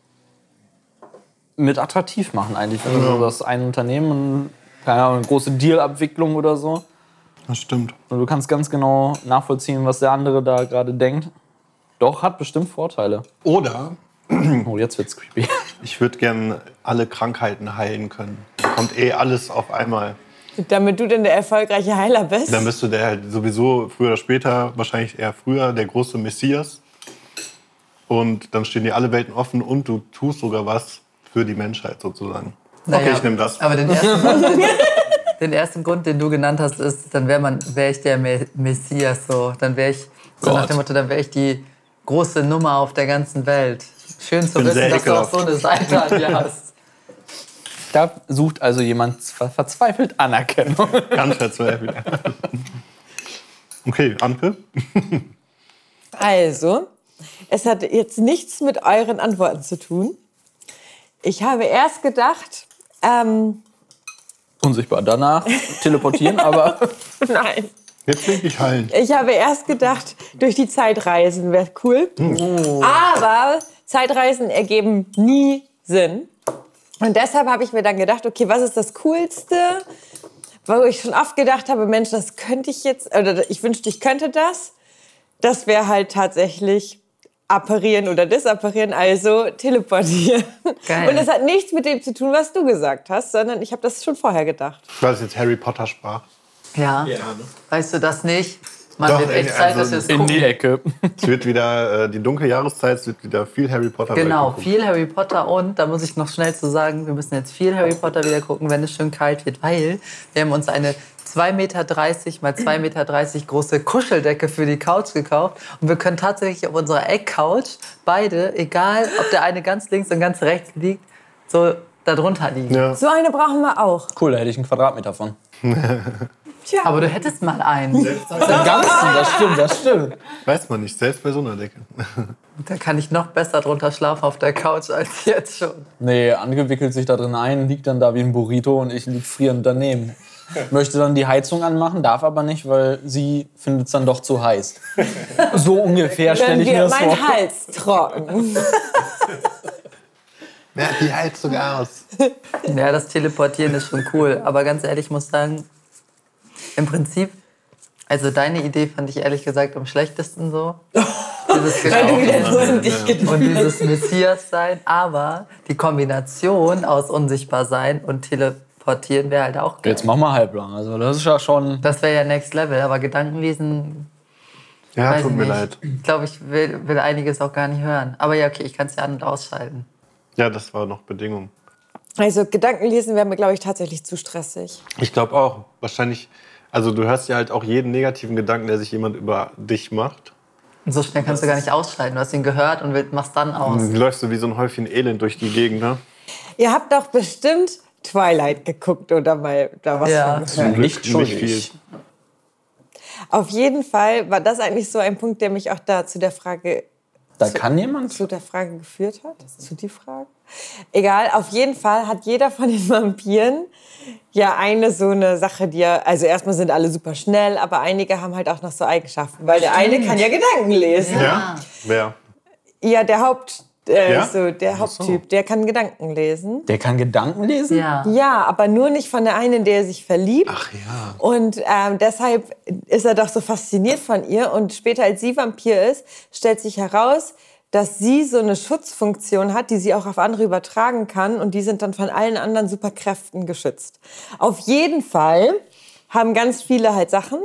S1: mit attraktiv machen eigentlich. Wenn du so das ein Unternehmen, keine Ahnung, eine große Dealabwicklung oder so.
S2: Das stimmt.
S1: Und du kannst ganz genau nachvollziehen, was der andere da gerade denkt. Doch, hat bestimmt Vorteile.
S2: Oder
S1: Oh, jetzt wird's creepy.
S2: ich würde gern alle Krankheiten heilen können. Da kommt alles auf einmal.
S4: Damit du denn der erfolgreiche Heiler bist.
S2: Dann bist du der halt sowieso früher oder später, wahrscheinlich eher früher, der große Messias. Und dann stehen dir alle Welten offen und du tust sogar was für die Menschheit sozusagen. Okay,
S3: Naja,
S2: ich nehme das.
S3: Aber den ersten Grund, den du genannt hast, ist, dann wäre ich der Messias. So. Dann wäre ich, so nach dem Motto, dann wäre ich die große Nummer auf der ganzen Welt. Schön zu
S2: Bin
S3: wissen,
S2: sehr
S3: dass du auch
S2: ekelhaft.
S3: so eine Seite an dir hast.
S1: Da sucht also jemand verzweifelt Anerkennung.
S2: Ganz verzweifelt. Okay, Anke?
S4: Also, es hat jetzt nichts mit euren Antworten zu tun. Ich habe erst gedacht,
S1: Unsichtbar. Danach teleportieren, aber
S4: nein.
S2: Jetzt will ich dich heilen.
S4: Ich habe erst gedacht, durch die Zeit reisen wäre cool. Aber Zeitreisen ergeben nie Sinn. Und deshalb habe ich mir dann gedacht, okay, was ist das Coolste? Wo ich schon oft gedacht habe, Mensch, das könnte ich jetzt, oder ich wünschte, ich könnte das. Das wäre halt tatsächlich apparieren oder disapparieren, also teleportieren.
S3: Geil.
S4: Und das hat nichts mit dem zu tun, was du gesagt hast, sondern ich habe das schon vorher gedacht.
S2: Weil es jetzt Harry Potter sprach.
S3: Ja. Weißt du das nicht? Man
S2: Doch,
S3: wird echt
S2: ey,
S3: Zeit,
S2: also
S3: dass wir es
S1: in die
S3: gucken.
S1: Ecke.
S2: Es wird wieder die dunkle Jahreszeit, es wird wieder viel Harry Potter.
S3: Genau,
S2: gucken.
S3: viel Harry Potter und, da muss ich noch schnell zu sagen, wir müssen jetzt viel Harry Potter wieder gucken, wenn es schön kalt wird, weil wir haben uns eine 2,30 Meter mal 2,30 Meter große Kuscheldecke für die Couch gekauft und wir können tatsächlich auf unserer Eckcouch beide, egal ob der eine ganz links und ganz rechts liegt, so da drunter liegen.
S2: Ja.
S4: So eine brauchen wir auch.
S1: Cool, da hätte ich einen Quadratmeter von.
S3: Aber du hättest mal einen.
S1: Den ganzen, das stimmt.
S2: Weiß man nicht, selbst bei so einer Decke.
S3: Da kann ich noch besser drunter schlafen auf der Couch als jetzt schon.
S1: Nee, angewickelt sich da drin ein, liegt dann da wie ein Burrito und ich lieg frierend daneben. Möchte dann die Heizung anmachen, darf aber nicht, weil sie findet es dann doch zu heiß. So ungefähr stelle
S4: Dann
S1: ich mir
S4: wird
S1: das
S4: mein
S1: vor.
S4: Hals trocken.
S2: Ja, die hält sogar aus.
S3: Ja, das Teleportieren ist schon cool. Aber ganz ehrlich, ich muss sagen, im Prinzip, also deine Idee fand ich ehrlich gesagt am schlechtesten so. Dieses
S4: Weil du wieder
S3: Genau.
S4: nur an dich gedacht
S3: Und dieses Messias-Sein. Aber die Kombination aus Unsichtbar-Sein und Teleportieren wäre halt auch geil.
S1: Jetzt mach mal halblang. Also das ist ja schon...
S3: Das wäre ja Next Level. Aber Gedankenlesen,
S2: Ja,
S3: weiß
S2: tut
S3: ich
S2: mir
S3: nicht.
S2: leid.
S3: Ich glaube, ich will einiges auch gar nicht hören. Aber ja, okay, ich kann es ja an- und ausschalten.
S2: Ja, das war noch Bedingung.
S4: Also Gedankenlesen wäre mir, glaube ich, tatsächlich zu stressig.
S2: Ich glaube auch. Wahrscheinlich, also du hörst ja halt auch jeden negativen Gedanken, der sich jemand über dich macht.
S3: Und so schnell kannst du gar nicht ausschalten. Du hast ihn gehört und machst dann aus.
S2: Dann läufst du wie so ein Häufchen Elend durch die Gegend, ne?
S4: Ihr habt doch bestimmt Twilight geguckt oder mal da was
S3: Ja.
S4: von gehört.
S1: Nicht schuldig.
S2: viel.
S4: Auf jeden Fall war das eigentlich so ein Punkt, der mich auch da zu der Frage
S1: Da kann jemand...
S4: zu der Frage geführt hat. Zu die Frage. Egal, auf jeden Fall hat jeder von den Vampiren ja so eine Sache, die ja, also erstmal sind alle super schnell, aber einige haben halt auch noch so Eigenschaften. Weil der eine kann ja Gedanken lesen.
S2: Ja? Wer?
S4: Ja, der
S2: Ja?
S4: Haupttyp, der kann Gedanken lesen.
S1: Der kann Gedanken lesen?
S3: Ja.
S4: Ja, aber nur nicht von der einen, in der er sich verliebt.
S2: Ach ja.
S4: Und deshalb ist er doch so fasziniert von ihr. Und später, als sie Vampir ist, stellt sich heraus, dass sie so eine Schutzfunktion hat, die sie auch auf andere übertragen kann. Und die sind dann von allen anderen Superkräften geschützt. Auf jeden Fall haben ganz viele halt Sachen.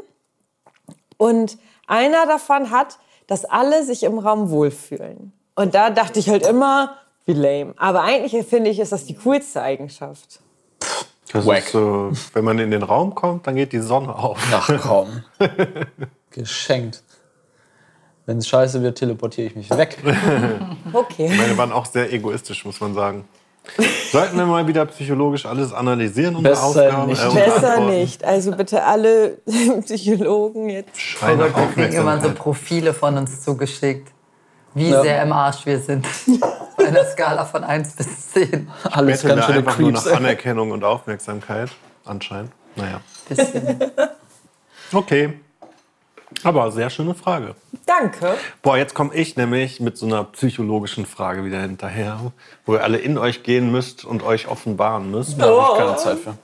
S4: Und einer davon hat, dass alle sich im Raum wohlfühlen. Und da dachte ich halt immer, wie lame. Aber eigentlich finde ich, ist das die coolste Eigenschaft.
S2: Das
S1: Wack.
S2: ist so, wenn man in den Raum kommt, dann geht die Sonne auf.
S1: Ach komm. Geschenkt. Wenn es scheiße wird, teleportiere ich mich weg.
S4: Okay.
S2: Meine waren auch sehr egoistisch, muss man sagen. Sollten wir mal wieder psychologisch alles analysieren, unsere
S1: Besser
S2: Aufgaben?
S1: nicht.
S2: unsere
S4: Besser
S2: Antworten?
S4: nicht. Also bitte alle Psychologen jetzt.
S3: Oh
S2: Scheine
S3: Gott, wir kriegen immer so
S2: Aufmerksamkeit.
S3: Profile von uns zugeschickt. Wie
S1: Ja.
S3: sehr im Arsch wir sind. Bei einer Skala von 1 bis 10.
S1: Alles
S2: Betteln
S1: ganz schöne
S2: einfach nur
S1: Creeps.
S2: nach Anerkennung und Aufmerksamkeit. Anscheinend. Naja.
S3: Bisschen.
S2: Okay. Aber sehr schöne Frage.
S4: Danke.
S2: Boah, jetzt komme ich nämlich mit so einer psychologischen Frage wieder hinterher, wo ihr alle in euch gehen müsst und euch offenbaren müsst.
S1: Da habe ich keine Zeit für.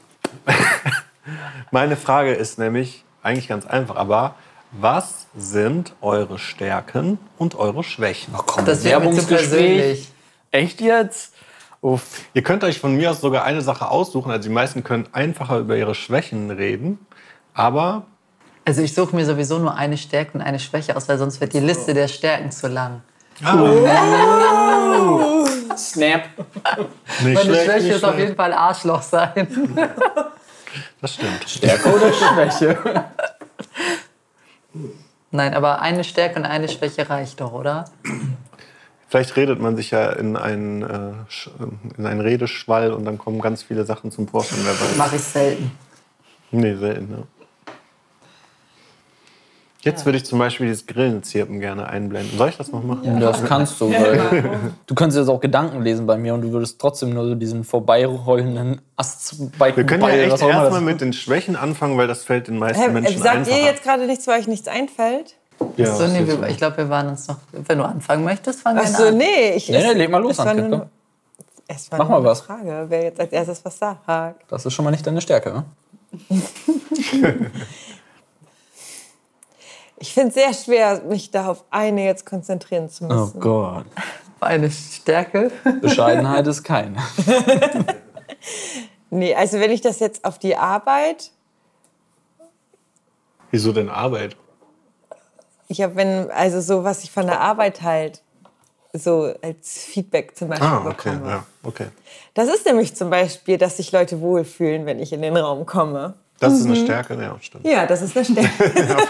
S2: Meine Frage ist nämlich eigentlich ganz einfach, aber was sind eure Stärken und eure Schwächen?
S1: Ach komm,
S3: Das wäre mir zu persönlich.
S5: Echt jetzt? Uff.
S2: Ihr könnt euch von mir aus sogar eine Sache aussuchen. Also die meisten können einfacher über ihre Schwächen reden, aber
S3: Also ich suche mir sowieso nur eine Stärke und eine Schwäche aus, weil sonst wird die Liste der Stärken zu lang.
S1: Snap.
S2: nicht
S3: Meine
S2: schlecht,
S3: Schwäche
S2: nicht
S3: ist auf
S2: schlecht.
S3: jeden Fall Arschloch sein.
S2: Das stimmt.
S1: Stärke oder Schwäche?
S3: Nein, aber eine Stärke und eine Schwäche reicht doch, oder?
S2: Vielleicht redet man sich ja in einen Redeschwall und dann kommen ganz viele Sachen zum Vorschein. Wer weiß.
S3: Mache ich selten.
S2: Nee, selten, ja. Jetzt würde ich zum Beispiel dieses Grillenzirpen gerne einblenden. Soll ich das noch machen?
S1: Das kannst du, weil du könntest jetzt auch Gedanken lesen bei mir und du würdest trotzdem nur so diesen vorbeirollenden Astbalken.
S2: Wir können ja echt
S1: was auch immer
S2: erstmal
S1: das
S2: mit den Schwächen anfangen, weil das fällt den meisten Menschen
S4: Sagt
S2: einfacher.
S4: ihr jetzt gerade nichts, weil euch nichts einfällt?
S2: Ja,
S3: So,
S2: das
S3: nee,
S2: ist so.
S3: ich glaube, wir waren uns noch. Wenn du anfangen möchtest, fangen wir
S4: Ach so,
S3: an.
S4: nee.
S1: Nee, leg mal los,
S4: es war
S1: Anke,
S4: nur-
S1: komm.
S4: Es war
S1: Mach
S4: nur
S1: mal was.
S4: eine Frage, wer jetzt als erstes was sagt.
S1: Das ist schon mal nicht deine Stärke, ne?
S4: Ich finde es sehr schwer, mich da auf eine jetzt konzentrieren zu
S1: Oh
S4: müssen.
S1: Gott.
S3: Eine Stärke.
S1: Bescheidenheit ist keine.
S4: Nee, also wenn ich das jetzt auf die Arbeit,
S2: Wieso denn Arbeit?
S4: also so, was ich von der Arbeit halt so als Feedback zum Beispiel
S2: Okay,
S4: bekomme.
S2: ja, okay.
S4: Das ist nämlich zum Beispiel, dass sich Leute wohlfühlen, wenn ich in den Raum komme.
S2: Das ist eine Stärke, ja, stimmt.
S4: Ja, das ist eine Stärke.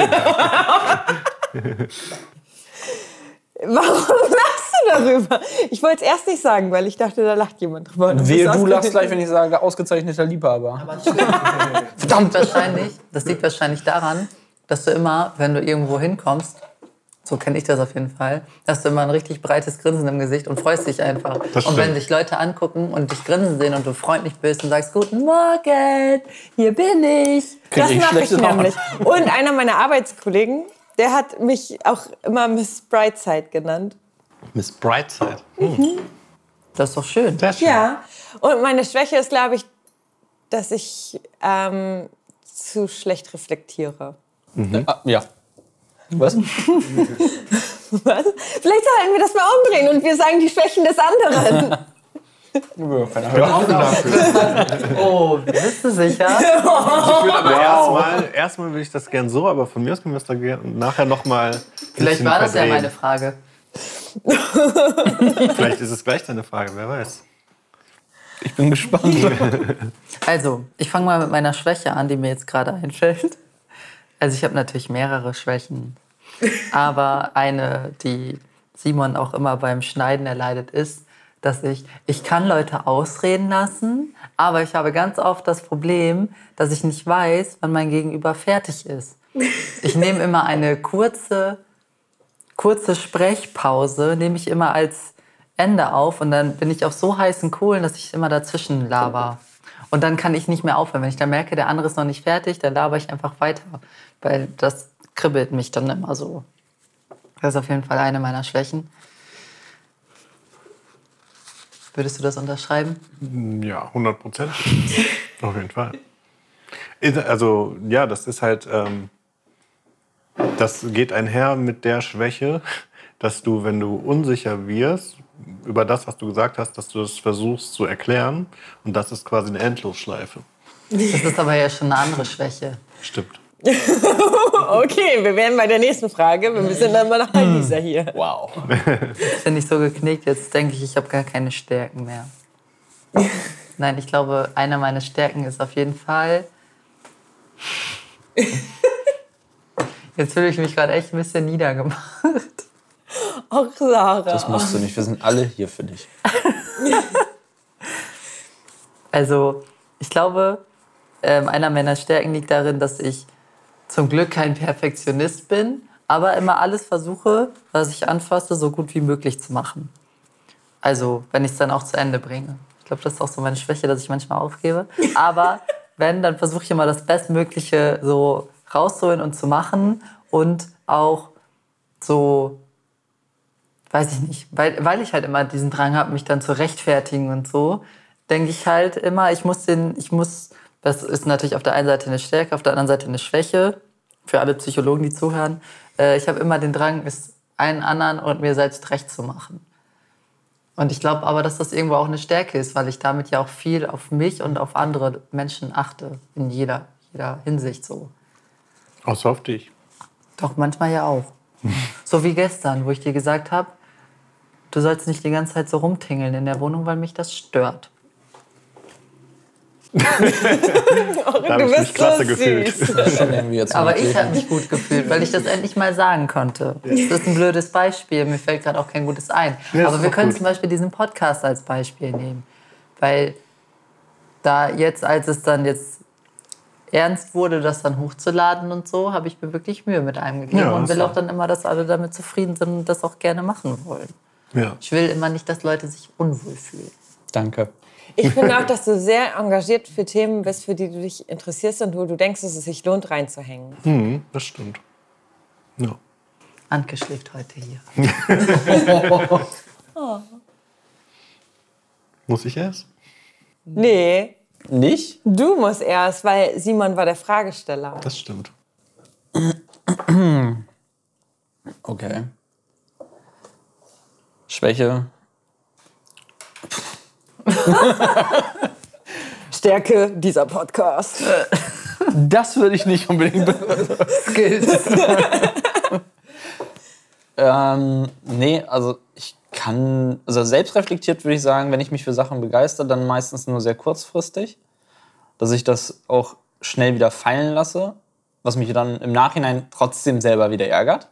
S4: Warum lachst du darüber? Ich wollte es erst nicht sagen, weil ich dachte, da lacht jemand drüber. Und
S1: Wehe,
S4: das ist
S1: du lachst
S4: ausgerechnet-
S1: gleich, wenn ich sage, ausgezeichneter Liebhaber.
S3: Verdammt. Das liegt wahrscheinlich daran, dass du immer, wenn du irgendwo hinkommst, so kenne ich das auf jeden Fall, hast du immer ein richtig breites Grinsen im Gesicht und freust dich einfach.
S2: Das
S3: Und wenn
S2: stimmt.
S3: dich Leute angucken und dich grinsen sehen und du freundlich bist und sagst, guten Morgen, hier bin ich.
S4: Das
S1: ich
S4: mache ich
S1: schlechte Laune.
S4: nämlich. Und einer meiner Arbeitskollegen, der hat mich auch immer Miss Brightside genannt.
S2: Miss Brightside.
S3: Das ist doch schön.
S2: Sehr schön.
S4: Ja, und meine Schwäche ist, glaube ich, dass ich zu schlecht reflektiere.
S1: Ja. Was?
S4: Was? Vielleicht sollten wir das mal umdrehen und wir sagen die Schwächen des anderen.
S2: Hör auf dafür.
S3: Oh, bist du sicher?
S2: Aber erstmal will ich das gern so, aber von mir aus können wir es da nachher nochmal.
S3: Vielleicht war das ja meine Frage.
S2: Vielleicht ist es gleich deine Frage, wer weiß.
S1: Ich bin gespannt.
S3: Also, ich fange mal mit meiner Schwäche an, die mir jetzt gerade einfällt. Also ich habe natürlich mehrere Schwächen. Aber eine, die Simon auch immer beim Schneiden erleidet, ist, dass ich kann Leute ausreden lassen, aber ich habe ganz oft das Problem, dass ich nicht weiß, wann mein Gegenüber fertig ist. Ich nehme immer eine kurze Sprechpause, nehme ich immer als Ende auf und dann bin ich auf so heißen Kohlen, dass ich immer dazwischen laber. Und dann kann ich nicht mehr aufhören. Wenn ich dann merke, der andere ist noch nicht fertig, dann laber ich einfach weiter. Weil das kribbelt mich dann immer so. Das ist auf jeden Fall eine meiner Schwächen. Würdest du das unterschreiben?
S2: Ja, 100%. Auf jeden Fall. Also, ja, das ist halt, das geht einher mit der Schwäche, dass du, wenn du unsicher wirst über das, was du gesagt hast, dass du das versuchst zu erklären. Und das ist quasi eine Endlosschleife.
S3: Das ist aber ja schon eine andere Schwäche.
S2: Stimmt.
S4: Okay, wir werden bei der nächsten Frage. Wir müssen dann mal nach Lisa hier.
S1: Wow.
S3: Jetzt bin ich so geknickt, jetzt denke ich habe gar keine Stärken mehr. Nein, ich glaube, eine meiner Stärken ist auf jeden Fall... Jetzt fühle ich mich gerade echt ein bisschen niedergemacht.
S4: Ach, Sarah.
S1: Das musst du nicht, wir sind alle hier für dich.
S3: Also, ich glaube, einer meiner Stärken liegt darin, dass ich zum Glück kein Perfektionist bin, aber immer alles versuche, was ich anfasse, so gut wie möglich zu machen. Also, wenn ich es dann auch zu Ende bringe. Ich glaube, das ist auch so meine Schwäche, dass ich manchmal aufgebe. Aber wenn, dann versuche ich immer das Bestmögliche so rauszuholen und zu machen und auch so, weiß ich nicht, weil ich halt immer diesen Drang habe, mich dann zu rechtfertigen und so, denke ich halt immer, das ist natürlich auf der einen Seite eine Stärke, auf der anderen Seite eine Schwäche, für alle Psychologen, die zuhören. Ich habe immer den Drang, es allen anderen und mir selbst recht zu machen. Und ich glaube aber, dass das irgendwo auch eine Stärke ist, weil ich damit ja auch viel auf mich und auf andere Menschen achte, in jeder Hinsicht so.
S2: Außer auf dich.
S3: Doch, manchmal ja auch. So wie gestern, wo ich dir gesagt habe, du sollst nicht die ganze Zeit so rumtingeln in der Wohnung, weil mich das stört.
S2: Da habe ich mich klasse gefühlt.
S1: Schon irgendwie jetzt
S3: Aber
S1: wirklich.
S3: ich habe mich gut gefühlt, weil ich das endlich mal sagen konnte. Das ist ein blödes Beispiel, mir fällt gerade auch kein gutes ein.
S2: Ja,
S3: aber wir
S2: ist
S3: können
S2: gut.
S3: zum Beispiel diesen Podcast als Beispiel nehmen. Weil da jetzt, als es dann jetzt ernst wurde, das dann hochzuladen und so, habe ich mir wirklich Mühe mit einem gegeben
S2: Ja,
S3: und will
S2: so.
S3: auch dann immer, dass alle damit zufrieden sind und das auch gerne machen wollen.
S2: Ja.
S3: Ich will immer nicht, dass Leute sich unwohl fühlen.
S1: Danke.
S4: Ich finde auch, dass du sehr engagiert für Themen bist, für die du dich interessierst und wo du denkst, dass es sich lohnt, reinzuhängen.
S2: Das stimmt. Ja.
S3: Antke schläft heute hier.
S2: Muss ich erst?
S4: Nee,
S1: Nicht?
S4: du musst erst, weil Simon war der Fragesteller.
S2: Das stimmt.
S1: Okay. Schwäche.
S4: Stärke dieser Podcast.
S1: Das würde ich nicht unbedingt
S3: Skills.
S1: Nee, also ich kann, also selbstreflektiert würde ich sagen, wenn ich mich für Sachen begeister, dann meistens nur sehr kurzfristig, dass ich das auch schnell wieder fallen lasse, was mich dann im Nachhinein trotzdem selber wieder ärgert.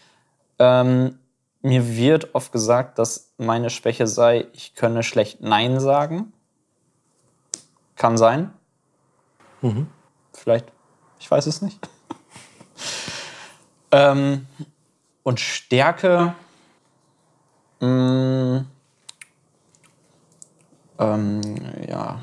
S1: Mir wird oft gesagt, dass meine Schwäche sei, ich könne schlecht Nein sagen. Kann sein. Vielleicht, ich weiß es nicht. Und Stärke, ja.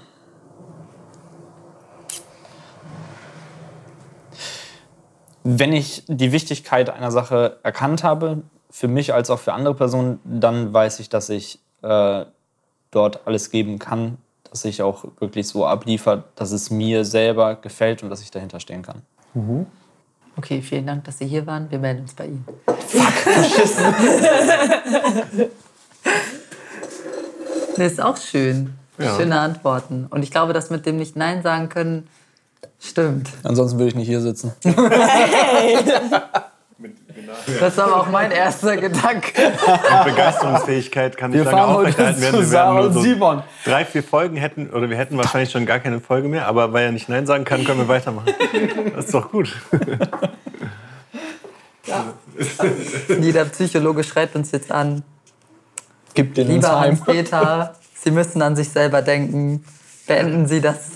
S1: Wenn ich die Wichtigkeit einer Sache erkannt habe, für mich als auch für andere Personen, dann weiß ich, dass ich
S5: dort alles geben kann, dass ich auch wirklich so abliefere, dass es mir selber gefällt und dass ich dahinter stehen kann.
S3: Okay, vielen Dank, dass Sie hier waren. Wir melden uns bei Ihnen. Das ist auch schön.
S2: Ja.
S3: Schöne Antworten. Und ich glaube, das mit dem nicht Nein sagen können, stimmt.
S1: Ansonsten würde ich nicht hier sitzen.
S3: Das war aber auch mein erster Gedanke.
S2: Begeisterungsfähigkeit kann nicht
S5: Wir
S2: lange
S5: fahren heute
S2: aufrechterhalten werden.
S5: zu
S2: Wir
S5: Sarah
S2: werden nur
S5: und
S2: so
S5: Simon.
S2: 3-4 Folgen hätten, oder wir hätten wahrscheinlich schon gar keine Folge mehr, aber weil er nicht Nein sagen kann, können wir weitermachen. Das ist doch gut.
S3: Jeder Psychologe schreibt uns jetzt an.
S1: Gib den ins
S3: Lieber
S1: Heim.
S3: Hans-Peter, Sie müssen an sich selber denken. Beenden Sie das.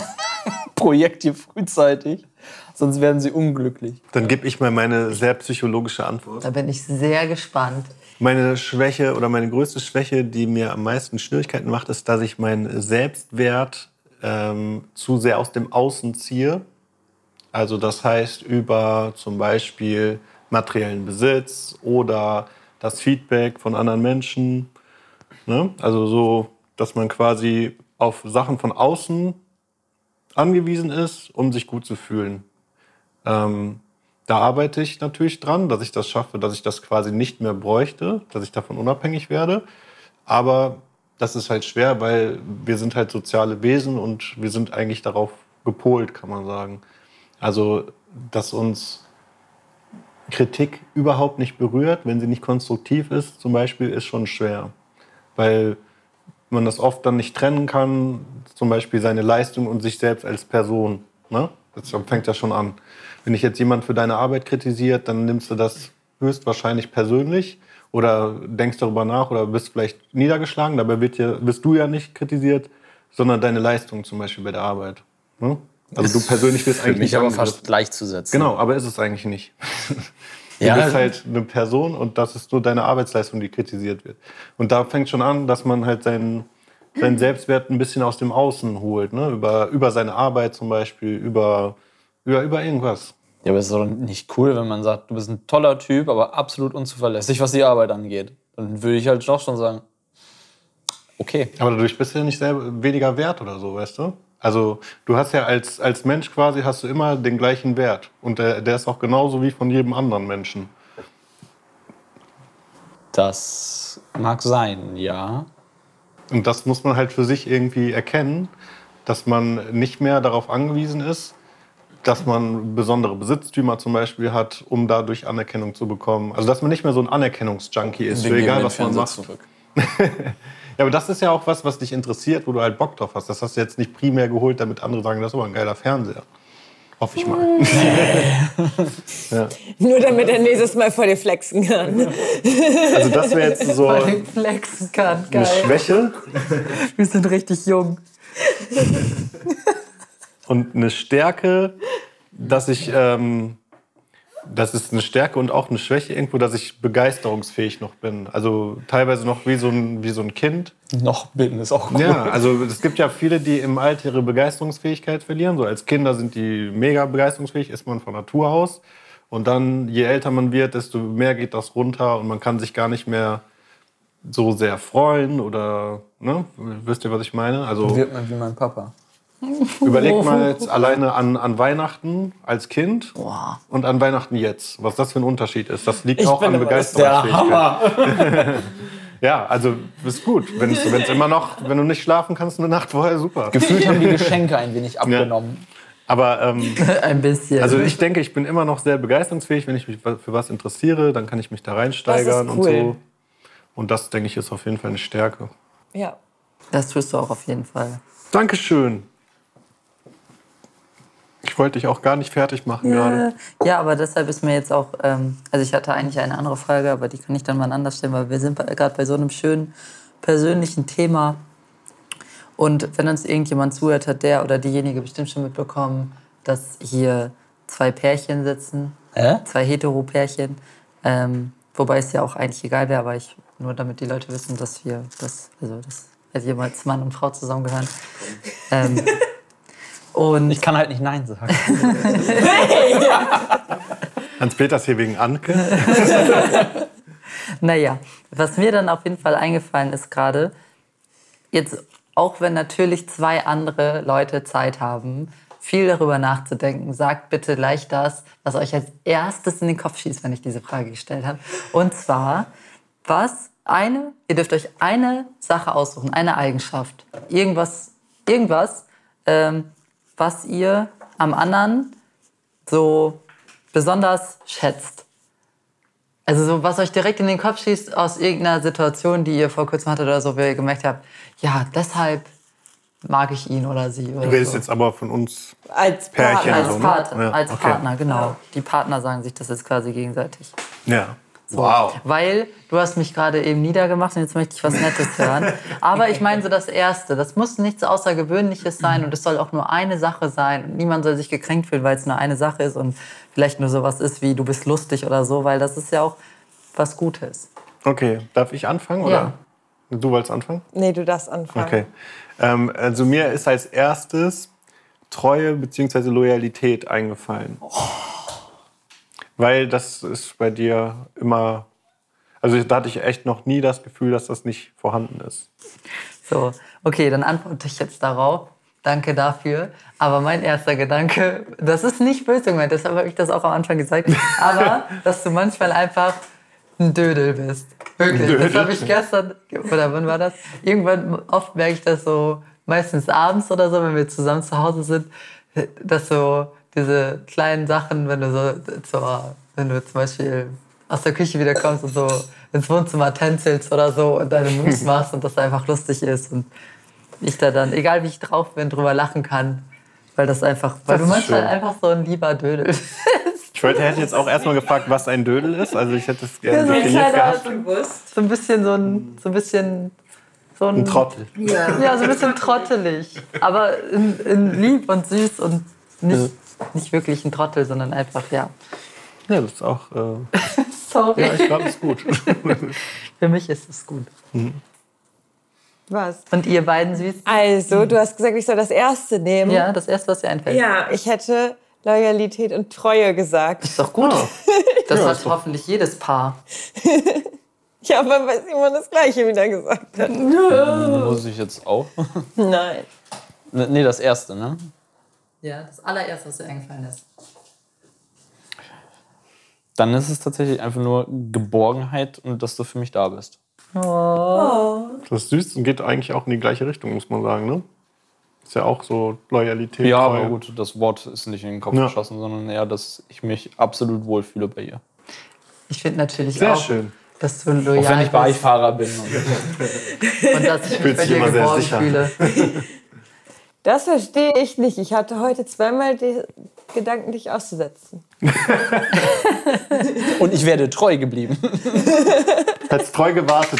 S1: Projekt hier frühzeitig, sonst werden sie unglücklich.
S2: Dann gebe ich mal meine sehr psychologische Antwort.
S3: Da bin ich sehr gespannt.
S2: Meine Schwäche oder meine größte Schwäche, die mir am meisten Schwierigkeiten macht, ist, dass ich meinen Selbstwert zu sehr aus dem Außen ziehe. Also das heißt über zum Beispiel materiellen Besitz oder das Feedback von anderen Menschen. Ne? Also so, dass man quasi auf Sachen von außen angewiesen ist, um sich gut zu fühlen. Da arbeite ich natürlich dran, dass ich das schaffe, dass ich das quasi nicht mehr bräuchte, dass ich davon unabhängig werde. Aber das ist halt schwer, weil wir sind halt soziale Wesen und wir sind eigentlich darauf gepolt, kann man sagen. Also, dass uns Kritik überhaupt nicht berührt, wenn sie nicht konstruktiv ist, zum Beispiel, ist schon schwer. Weil man das oft dann nicht trennen kann, zum Beispiel seine Leistung und sich selbst als Person. Ne? Das fängt ja schon an. Wenn dich jetzt jemand für deine Arbeit kritisiert, dann nimmst du das höchstwahrscheinlich persönlich oder denkst darüber nach oder bist vielleicht niedergeschlagen. Dabei wirst du ja nicht kritisiert, sondern deine Leistung zum Beispiel bei der Arbeit. Ne? Also du persönlich wirst
S1: Für
S2: eigentlich
S1: mich
S2: nicht
S1: aber
S2: angegriffen.
S1: fast gleichzusetzen.
S2: Genau, aber ist es eigentlich nicht.
S1: Ja.
S2: Du bist halt eine Person und das ist nur deine Arbeitsleistung, die kritisiert wird. Und da fängt schon an, dass man halt seinen Selbstwert ein bisschen aus dem Außen holt. Ne? Über seine Arbeit zum Beispiel, über irgendwas.
S1: Ja, aber es ist doch nicht cool, wenn man sagt, du bist ein toller Typ, aber absolut unzuverlässig, was die Arbeit angeht. Dann würde ich halt doch schon sagen, okay.
S2: Aber dadurch bist du ja nicht weniger wert oder so, weißt du? Also du hast ja als Mensch quasi hast du immer den gleichen Wert. Und der ist auch genauso wie von jedem anderen Menschen.
S1: Das mag sein, ja.
S2: Und das muss man halt für sich irgendwie erkennen, dass man nicht mehr darauf angewiesen ist, dass man besondere Besitztümer zum Beispiel hat, um dadurch Anerkennung zu bekommen. Also dass man nicht mehr so ein Anerkennungsjunkie ist, für egal was man macht.
S1: Zurück.
S2: Ja, aber das ist ja auch was dich interessiert, wo du halt Bock drauf hast. Das hast du jetzt nicht primär geholt, damit andere sagen, das ist aber ein geiler Fernseher. Hoffe ich mal. Ja.
S4: Nur damit er nächstes Mal vor dir flexen kann.
S2: Also das wäre jetzt so
S3: Weil ich flexen kann.
S2: eine
S3: Geil.
S2: Schwäche
S3: Wir sind richtig jung.
S2: und eine Stärke, dass ich... das ist eine Stärke und auch eine Schwäche irgendwo, dass ich begeisterungsfähig noch bin. Also teilweise noch wie so ein Kind.
S1: Noch bin ist auch cool.
S2: Ja, also es gibt ja viele, die im Alter ihre Begeisterungsfähigkeit verlieren. So als Kinder sind die mega begeisterungsfähig, ist man von Natur aus. Und dann, je älter man wird, desto mehr geht das runter und man kann sich gar nicht mehr so sehr freuen oder, ne? Wisst ihr, was ich meine? Also
S1: Wird man wie mein Papa.
S2: überleg mal jetzt alleine an Weihnachten als Kind
S3: Boah.
S2: und an Weihnachten jetzt. Was das für ein Unterschied ist. Das liegt
S4: Ich
S2: auch
S4: bin
S2: an
S4: aber
S2: Begeisterungsfähigkeit. Ja, also ist gut. Wenn du nicht schlafen kannst eine Nacht vorher, super.
S1: Gefühlt haben die Geschenke ein wenig abgenommen.
S2: Aber
S3: Ein bisschen.
S2: also ich denke, ich bin immer noch sehr begeisterungsfähig. Wenn ich mich für was interessiere, dann kann ich mich da reinsteigern
S4: Das ist
S2: und
S4: cool.
S2: so. Und das, denke ich, ist auf jeden Fall eine Stärke.
S4: Ja.
S3: Das tust du auch auf jeden Fall.
S2: Dankeschön. Ich wollte dich auch gar nicht fertig machen gerade.
S3: Ja, aber deshalb ist mir jetzt auch, also ich hatte eigentlich eine andere Frage, aber die kann ich dann mal anders stellen, weil wir sind gerade bei so einem schönen persönlichen Thema. Und wenn uns irgendjemand zuhört, hat der oder diejenige bestimmt schon mitbekommen, dass hier 2 Pärchen sitzen, 2 Hetero-Pärchen. Wobei es ja auch eigentlich egal wäre, aber nur damit die Leute wissen, dass dass jemals Mann und Frau zusammengehören. Und
S1: Ich kann halt nicht Nein sagen.
S2: Hans-Peter ist hier wegen Anke.
S3: naja, was mir dann auf jeden Fall eingefallen ist gerade, jetzt, auch wenn natürlich 2 andere Leute Zeit haben, viel darüber nachzudenken, sagt bitte gleich das, was euch als erstes in den Kopf schießt, wenn ich diese Frage gestellt habe. Und zwar, ihr dürft euch eine Sache aussuchen, eine Eigenschaft, irgendwas, was ihr am anderen so besonders schätzt. Also so, was euch direkt in den Kopf schießt aus irgendeiner Situation, die ihr vor kurzem hattet oder so, wo ihr gemerkt habt, ja, deshalb mag ich ihn oder sie. Oder
S2: Du redest
S3: so.
S2: jetzt aber von uns
S4: Als
S2: Pärchen.
S4: Partner.
S2: so, ne?
S3: Als
S2: Okay.
S3: Partner, genau. Die Partner sagen sich das jetzt quasi gegenseitig.
S2: Ja. Wow.
S3: Weil du hast mich gerade eben niedergemacht und jetzt möchte ich was Nettes hören. Aber ich meine so das Erste, das muss nichts Außergewöhnliches sein und es soll auch nur eine Sache sein. Und niemand soll sich gekränkt fühlen, weil es nur eine Sache ist und vielleicht nur sowas ist wie du bist lustig oder so, weil das ist ja auch was Gutes.
S2: Okay, darf ich anfangen? Oder?
S3: Ja.
S2: Du wolltest anfangen?
S4: Nee, du darfst anfangen.
S2: Okay. Also mir ist als erstes Treue bzw. Loyalität eingefallen. Weil das ist bei dir immer... Also da hatte ich echt noch nie das Gefühl, dass das nicht vorhanden ist.
S3: So, okay, dann antworte ich jetzt darauf. Danke dafür. Aber mein erster Gedanke, das ist nicht böse gemeint, deshalb habe ich das auch am Anfang gesagt, aber dass du manchmal einfach ein Dödel bist. Wirklich. Das habe ich gestern, oder wann war das? Irgendwann, oft merke ich das so, meistens abends oder so, wenn wir zusammen zu Hause sind, dass so diese kleinen Sachen, wenn du zum Beispiel aus der Küche wieder kommst und so ins Wohnzimmer tänzelst oder so und deine Moves machst und das einfach lustig ist und ich da dann, egal wie ich drauf bin, drüber lachen kann, weil du manchmal
S2: schön.
S3: einfach so ein lieber Dödel bist.
S2: Ich hätte jetzt auch erstmal gefragt, was ein Dödel ist. Also ich hätte es gerne definiert gehabt.
S3: So ein bisschen
S2: Ein Trottel.
S3: Ja, so ein bisschen trottelig. Aber in lieb und süß und nicht wirklich ein Trottel, sondern einfach, ja.
S2: Ja, das ist auch...
S3: Sorry.
S2: ja, ich glaube, es ist gut.
S3: Für mich ist es gut.
S4: Was?
S3: Und ihr beiden süß?
S4: Also, du hast gesagt, ich soll das Erste nehmen.
S3: Ja, das Erste, was dir einfällt.
S4: Ja, ich hätte Loyalität und Treue gesagt.
S3: Ist doch gut. Das hat hoffentlich jedes Paar.
S4: Ja, aber weil Simon das Gleiche wieder gesagt hat.
S1: Muss ich jetzt auch?
S4: Nein.
S1: Nee, das Erste, ne?
S3: Ja, das allererste, was dir eingefallen ist.
S1: Dann ist es tatsächlich einfach nur Geborgenheit und dass du für mich da bist.
S2: Das ist süß und geht eigentlich auch in die gleiche Richtung, muss man sagen, ne? Ist ja auch so Loyalität.
S1: Ja,
S2: Treue.
S1: aber gut, das Wort ist nicht in den Kopf
S2: Ja.
S1: geschossen, sondern eher, dass ich mich absolut wohlfühle bei ihr.
S3: Ich finde natürlich
S2: Sehr
S3: auch,
S2: schön.
S3: dass du loyal
S1: Auch wenn ich
S3: bist
S1: Beifahrer bin.
S3: und dass ich mich
S2: Fühlst
S3: bei
S2: dich
S3: dir
S2: immer sehr
S3: geborgen
S2: sicher.
S3: fühle.
S4: Das verstehe ich nicht. Ich hatte heute zweimal die Gedanken, dich auszusetzen.
S1: Und ich werde treu geblieben.
S2: Hat's treu gewartet.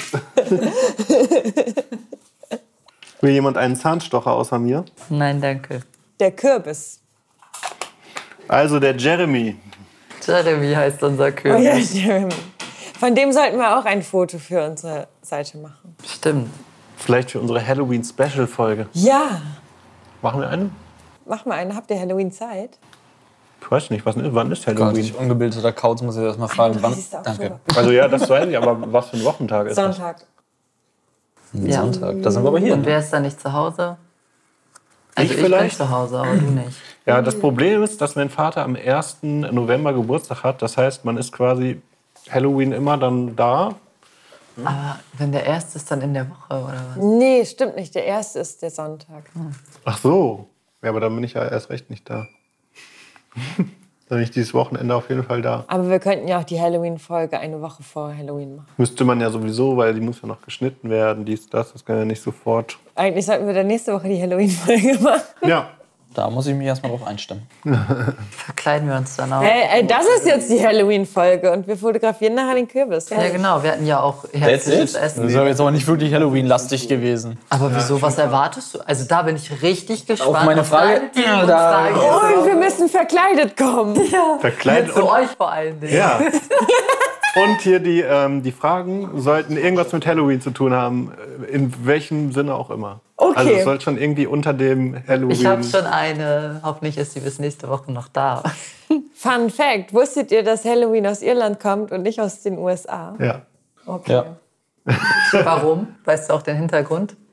S2: Will jemand einen Zahnstocher außer mir?
S3: Nein, danke.
S4: Der Kürbis.
S2: Also der Jeremy.
S3: Jeremy heißt unser
S4: Oh
S3: Kürbis.
S4: ja, Jeremy. Von dem sollten wir auch ein Foto für unsere Seite machen.
S3: Stimmt.
S2: Vielleicht für unsere Halloween-Special-Folge.
S4: Ja.
S2: Machen wir eine?
S4: Mach mal eine. Habt ihr Halloween-Zeit?
S2: Ich weiß nicht, wann ist
S1: Gott,
S2: Halloween?
S1: ich ungebildeter Kauz muss ich erstmal fragen. Wann?
S4: 30.
S1: Danke.
S4: Oktober.
S2: Also ja, das weiß ich, aber was für ein Wochentag ist das?
S4: Sonntag.
S3: Ja.
S1: Sonntag. Da sind wir aber hier.
S3: Und wer ist da nicht zu Hause? Also ich bin
S2: vielleicht?
S3: zu Hause, aber du nicht.
S2: Ja, das Problem ist, dass mein Vater am 1. November Geburtstag hat. Das heißt, man ist quasi Halloween immer dann da.
S3: Aber wenn der erste ist, dann in der Woche oder was?
S4: Nee, stimmt nicht. Der erste ist der Sonntag.
S2: Ach so. Ja, aber dann bin ich ja erst recht nicht da. Dann bin ich dieses Wochenende auf jeden Fall da.
S4: Aber wir könnten ja auch die Halloween-Folge eine Woche vor Halloween machen.
S2: Müsste man ja sowieso, weil die muss ja noch geschnitten werden, dies, das. Das kann ja nicht sofort.
S4: Eigentlich sollten wir dann nächste Woche die Halloween-Folge machen.
S2: Ja.
S1: Da muss ich mich erstmal drauf einstimmen.
S3: Verkleiden wir uns dann auch.
S4: Hey, das ist jetzt die Halloween-Folge und wir fotografieren nachher den Kürbis.
S3: Ja, genau. Wir hatten ja auch herzliches Essen.
S1: Das ist aber jetzt aber nicht wirklich Halloween-lastig gewesen.
S3: Aber wieso, was erwartest du? Also da bin ich richtig gespannt.
S1: Auf meine
S3: was
S1: Frage-
S3: deine Themen und
S1: da-
S3: Fragen
S4: Und
S3: sind.
S4: wir müssen verkleidet kommen.
S2: Verkleidet
S3: Zu
S2: und,
S3: euch vor allen Dingen.
S2: ja. Und hier die Fragen sollten irgendwas mit Halloween zu tun haben. In welchem Sinne auch immer.
S4: Okay.
S2: Also es soll schon irgendwie unter dem Halloween...
S3: Ich habe schon eine. Hoffentlich ist sie bis nächste Woche noch da.
S4: Fun Fact: Wusstet ihr, dass Halloween aus Irland kommt und nicht aus den USA?
S2: Ja.
S4: Okay.
S1: Ja.
S3: Warum? Weißt du auch den Hintergrund?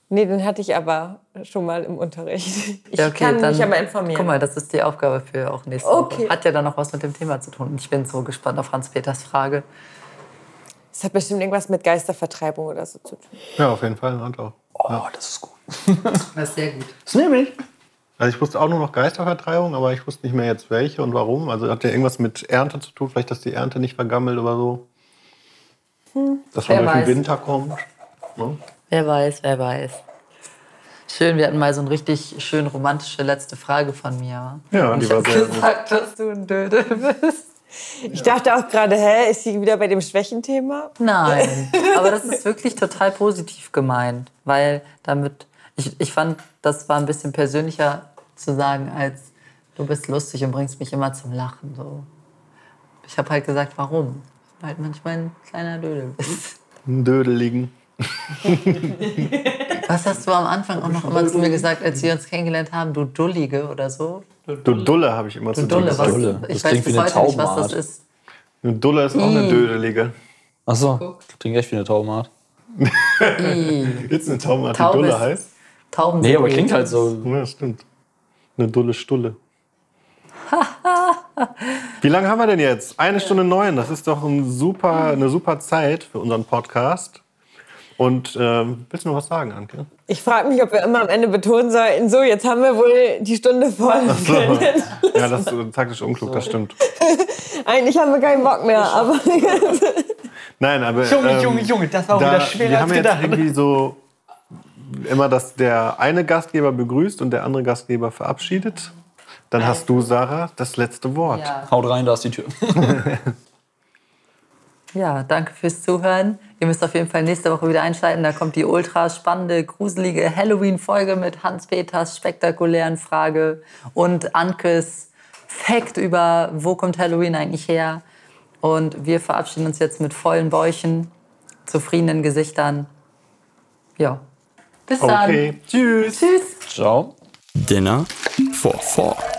S4: Nee, den hatte ich aber schon mal im Unterricht. Ich
S3: Ja, okay,
S4: kann
S3: dann,
S4: mich aber informieren.
S3: Guck mal, das ist die Aufgabe für auch nächste
S4: Okay.
S3: Woche. Hat ja dann noch was mit dem Thema zu tun. Ich bin so gespannt auf Hans-Peters Frage.
S4: Es hat bestimmt irgendwas mit Geistervertreibung oder so zu tun.
S2: Ja, auf jeden Fall. Und auch.
S5: Oh, das ist gut.
S3: Das ist sehr gut.
S5: Das nehme ich.
S2: Also ich wusste auch nur noch Geistervertreibung, aber ich wusste nicht mehr jetzt welche und warum. Also hat ja irgendwas mit Ernte zu tun, vielleicht, dass die Ernte nicht vergammelt oder so. Dass man
S3: Wer
S2: durch den
S3: weiß.
S2: Winter kommt. Ne?
S3: Wer weiß, wer weiß. Schön, wir hatten mal so eine richtig schön romantische letzte Frage von mir.
S2: Ja,
S3: Und
S2: die
S3: ich
S2: war
S3: habe
S2: sehr gut.
S3: gesagt, dass du ein Dödel bist.
S4: Ich dachte auch gerade, ist sie wieder bei dem Schwächenthema?
S3: Nein, aber das ist wirklich total positiv gemeint, weil damit, ich fand, das war ein bisschen persönlicher zu sagen, als du bist lustig und bringst mich immer zum Lachen. So. Ich habe halt gesagt, warum? Weil halt manchmal ein kleiner Dödel bist.
S2: Ein Dödeligen.
S3: Was hast du am Anfang auch noch immer zu mir gesagt, als wir uns kennengelernt haben? Du Dullige oder so?
S2: Du Dulle habe ich immer zu dir
S3: Dulle,
S2: gesagt.
S3: was?
S5: Dulle.
S3: Ich
S5: Das
S3: weiß
S5: klingt
S3: bis
S5: wie eine
S3: heute nicht, was das
S5: Taubenart.
S3: ist.
S2: Eine Dulle ist auch eine Dödelige.
S5: Achso, klingt echt wie eine Taubenart.
S2: Jetzt eine Taubenart, die
S3: Taube
S2: Dulle
S3: ist-
S2: heißt?
S3: Tauben
S5: Nee,
S3: sind
S5: aber
S3: eh-
S5: klingt halt so.
S2: Ja, stimmt. Eine Dulle Stulle. Wie lange haben wir denn jetzt? 1 Stunde 9. Das ist doch eine super Zeit für unseren Podcast. Und willst du noch was sagen, Anke?
S4: Ich frage mich, ob wir immer am Ende betonen sollten, so, jetzt haben wir wohl die Stunde voll.
S2: Ja, das ist taktisch unklug, das stimmt.
S4: Eigentlich haben wir keinen Bock mehr, aber
S2: Nein, aber
S5: Junge, das war auch wieder schwerer
S2: wir
S5: als
S2: haben jetzt
S5: gedacht.
S2: irgendwie so immer, dass der eine Gastgeber begrüßt und der andere Gastgeber verabschiedet. Dann hast du, Sarah, das letzte Wort.
S3: Ja.
S5: Haut rein, da ist die Tür.
S3: Ja, danke fürs Zuhören. Ihr müsst auf jeden Fall nächste Woche wieder einschalten. Da kommt die ultra spannende, gruselige Halloween-Folge mit Hans-Peters spektakulären Frage und Ankes Fact über, wo kommt Halloween eigentlich her. Und wir verabschieden uns jetzt mit vollen Bäuchen, zufriedenen Gesichtern. Ja, bis dann.
S2: Okay, tschüss.
S3: Tschüss.
S5: Ciao.
S6: Dinner for Four.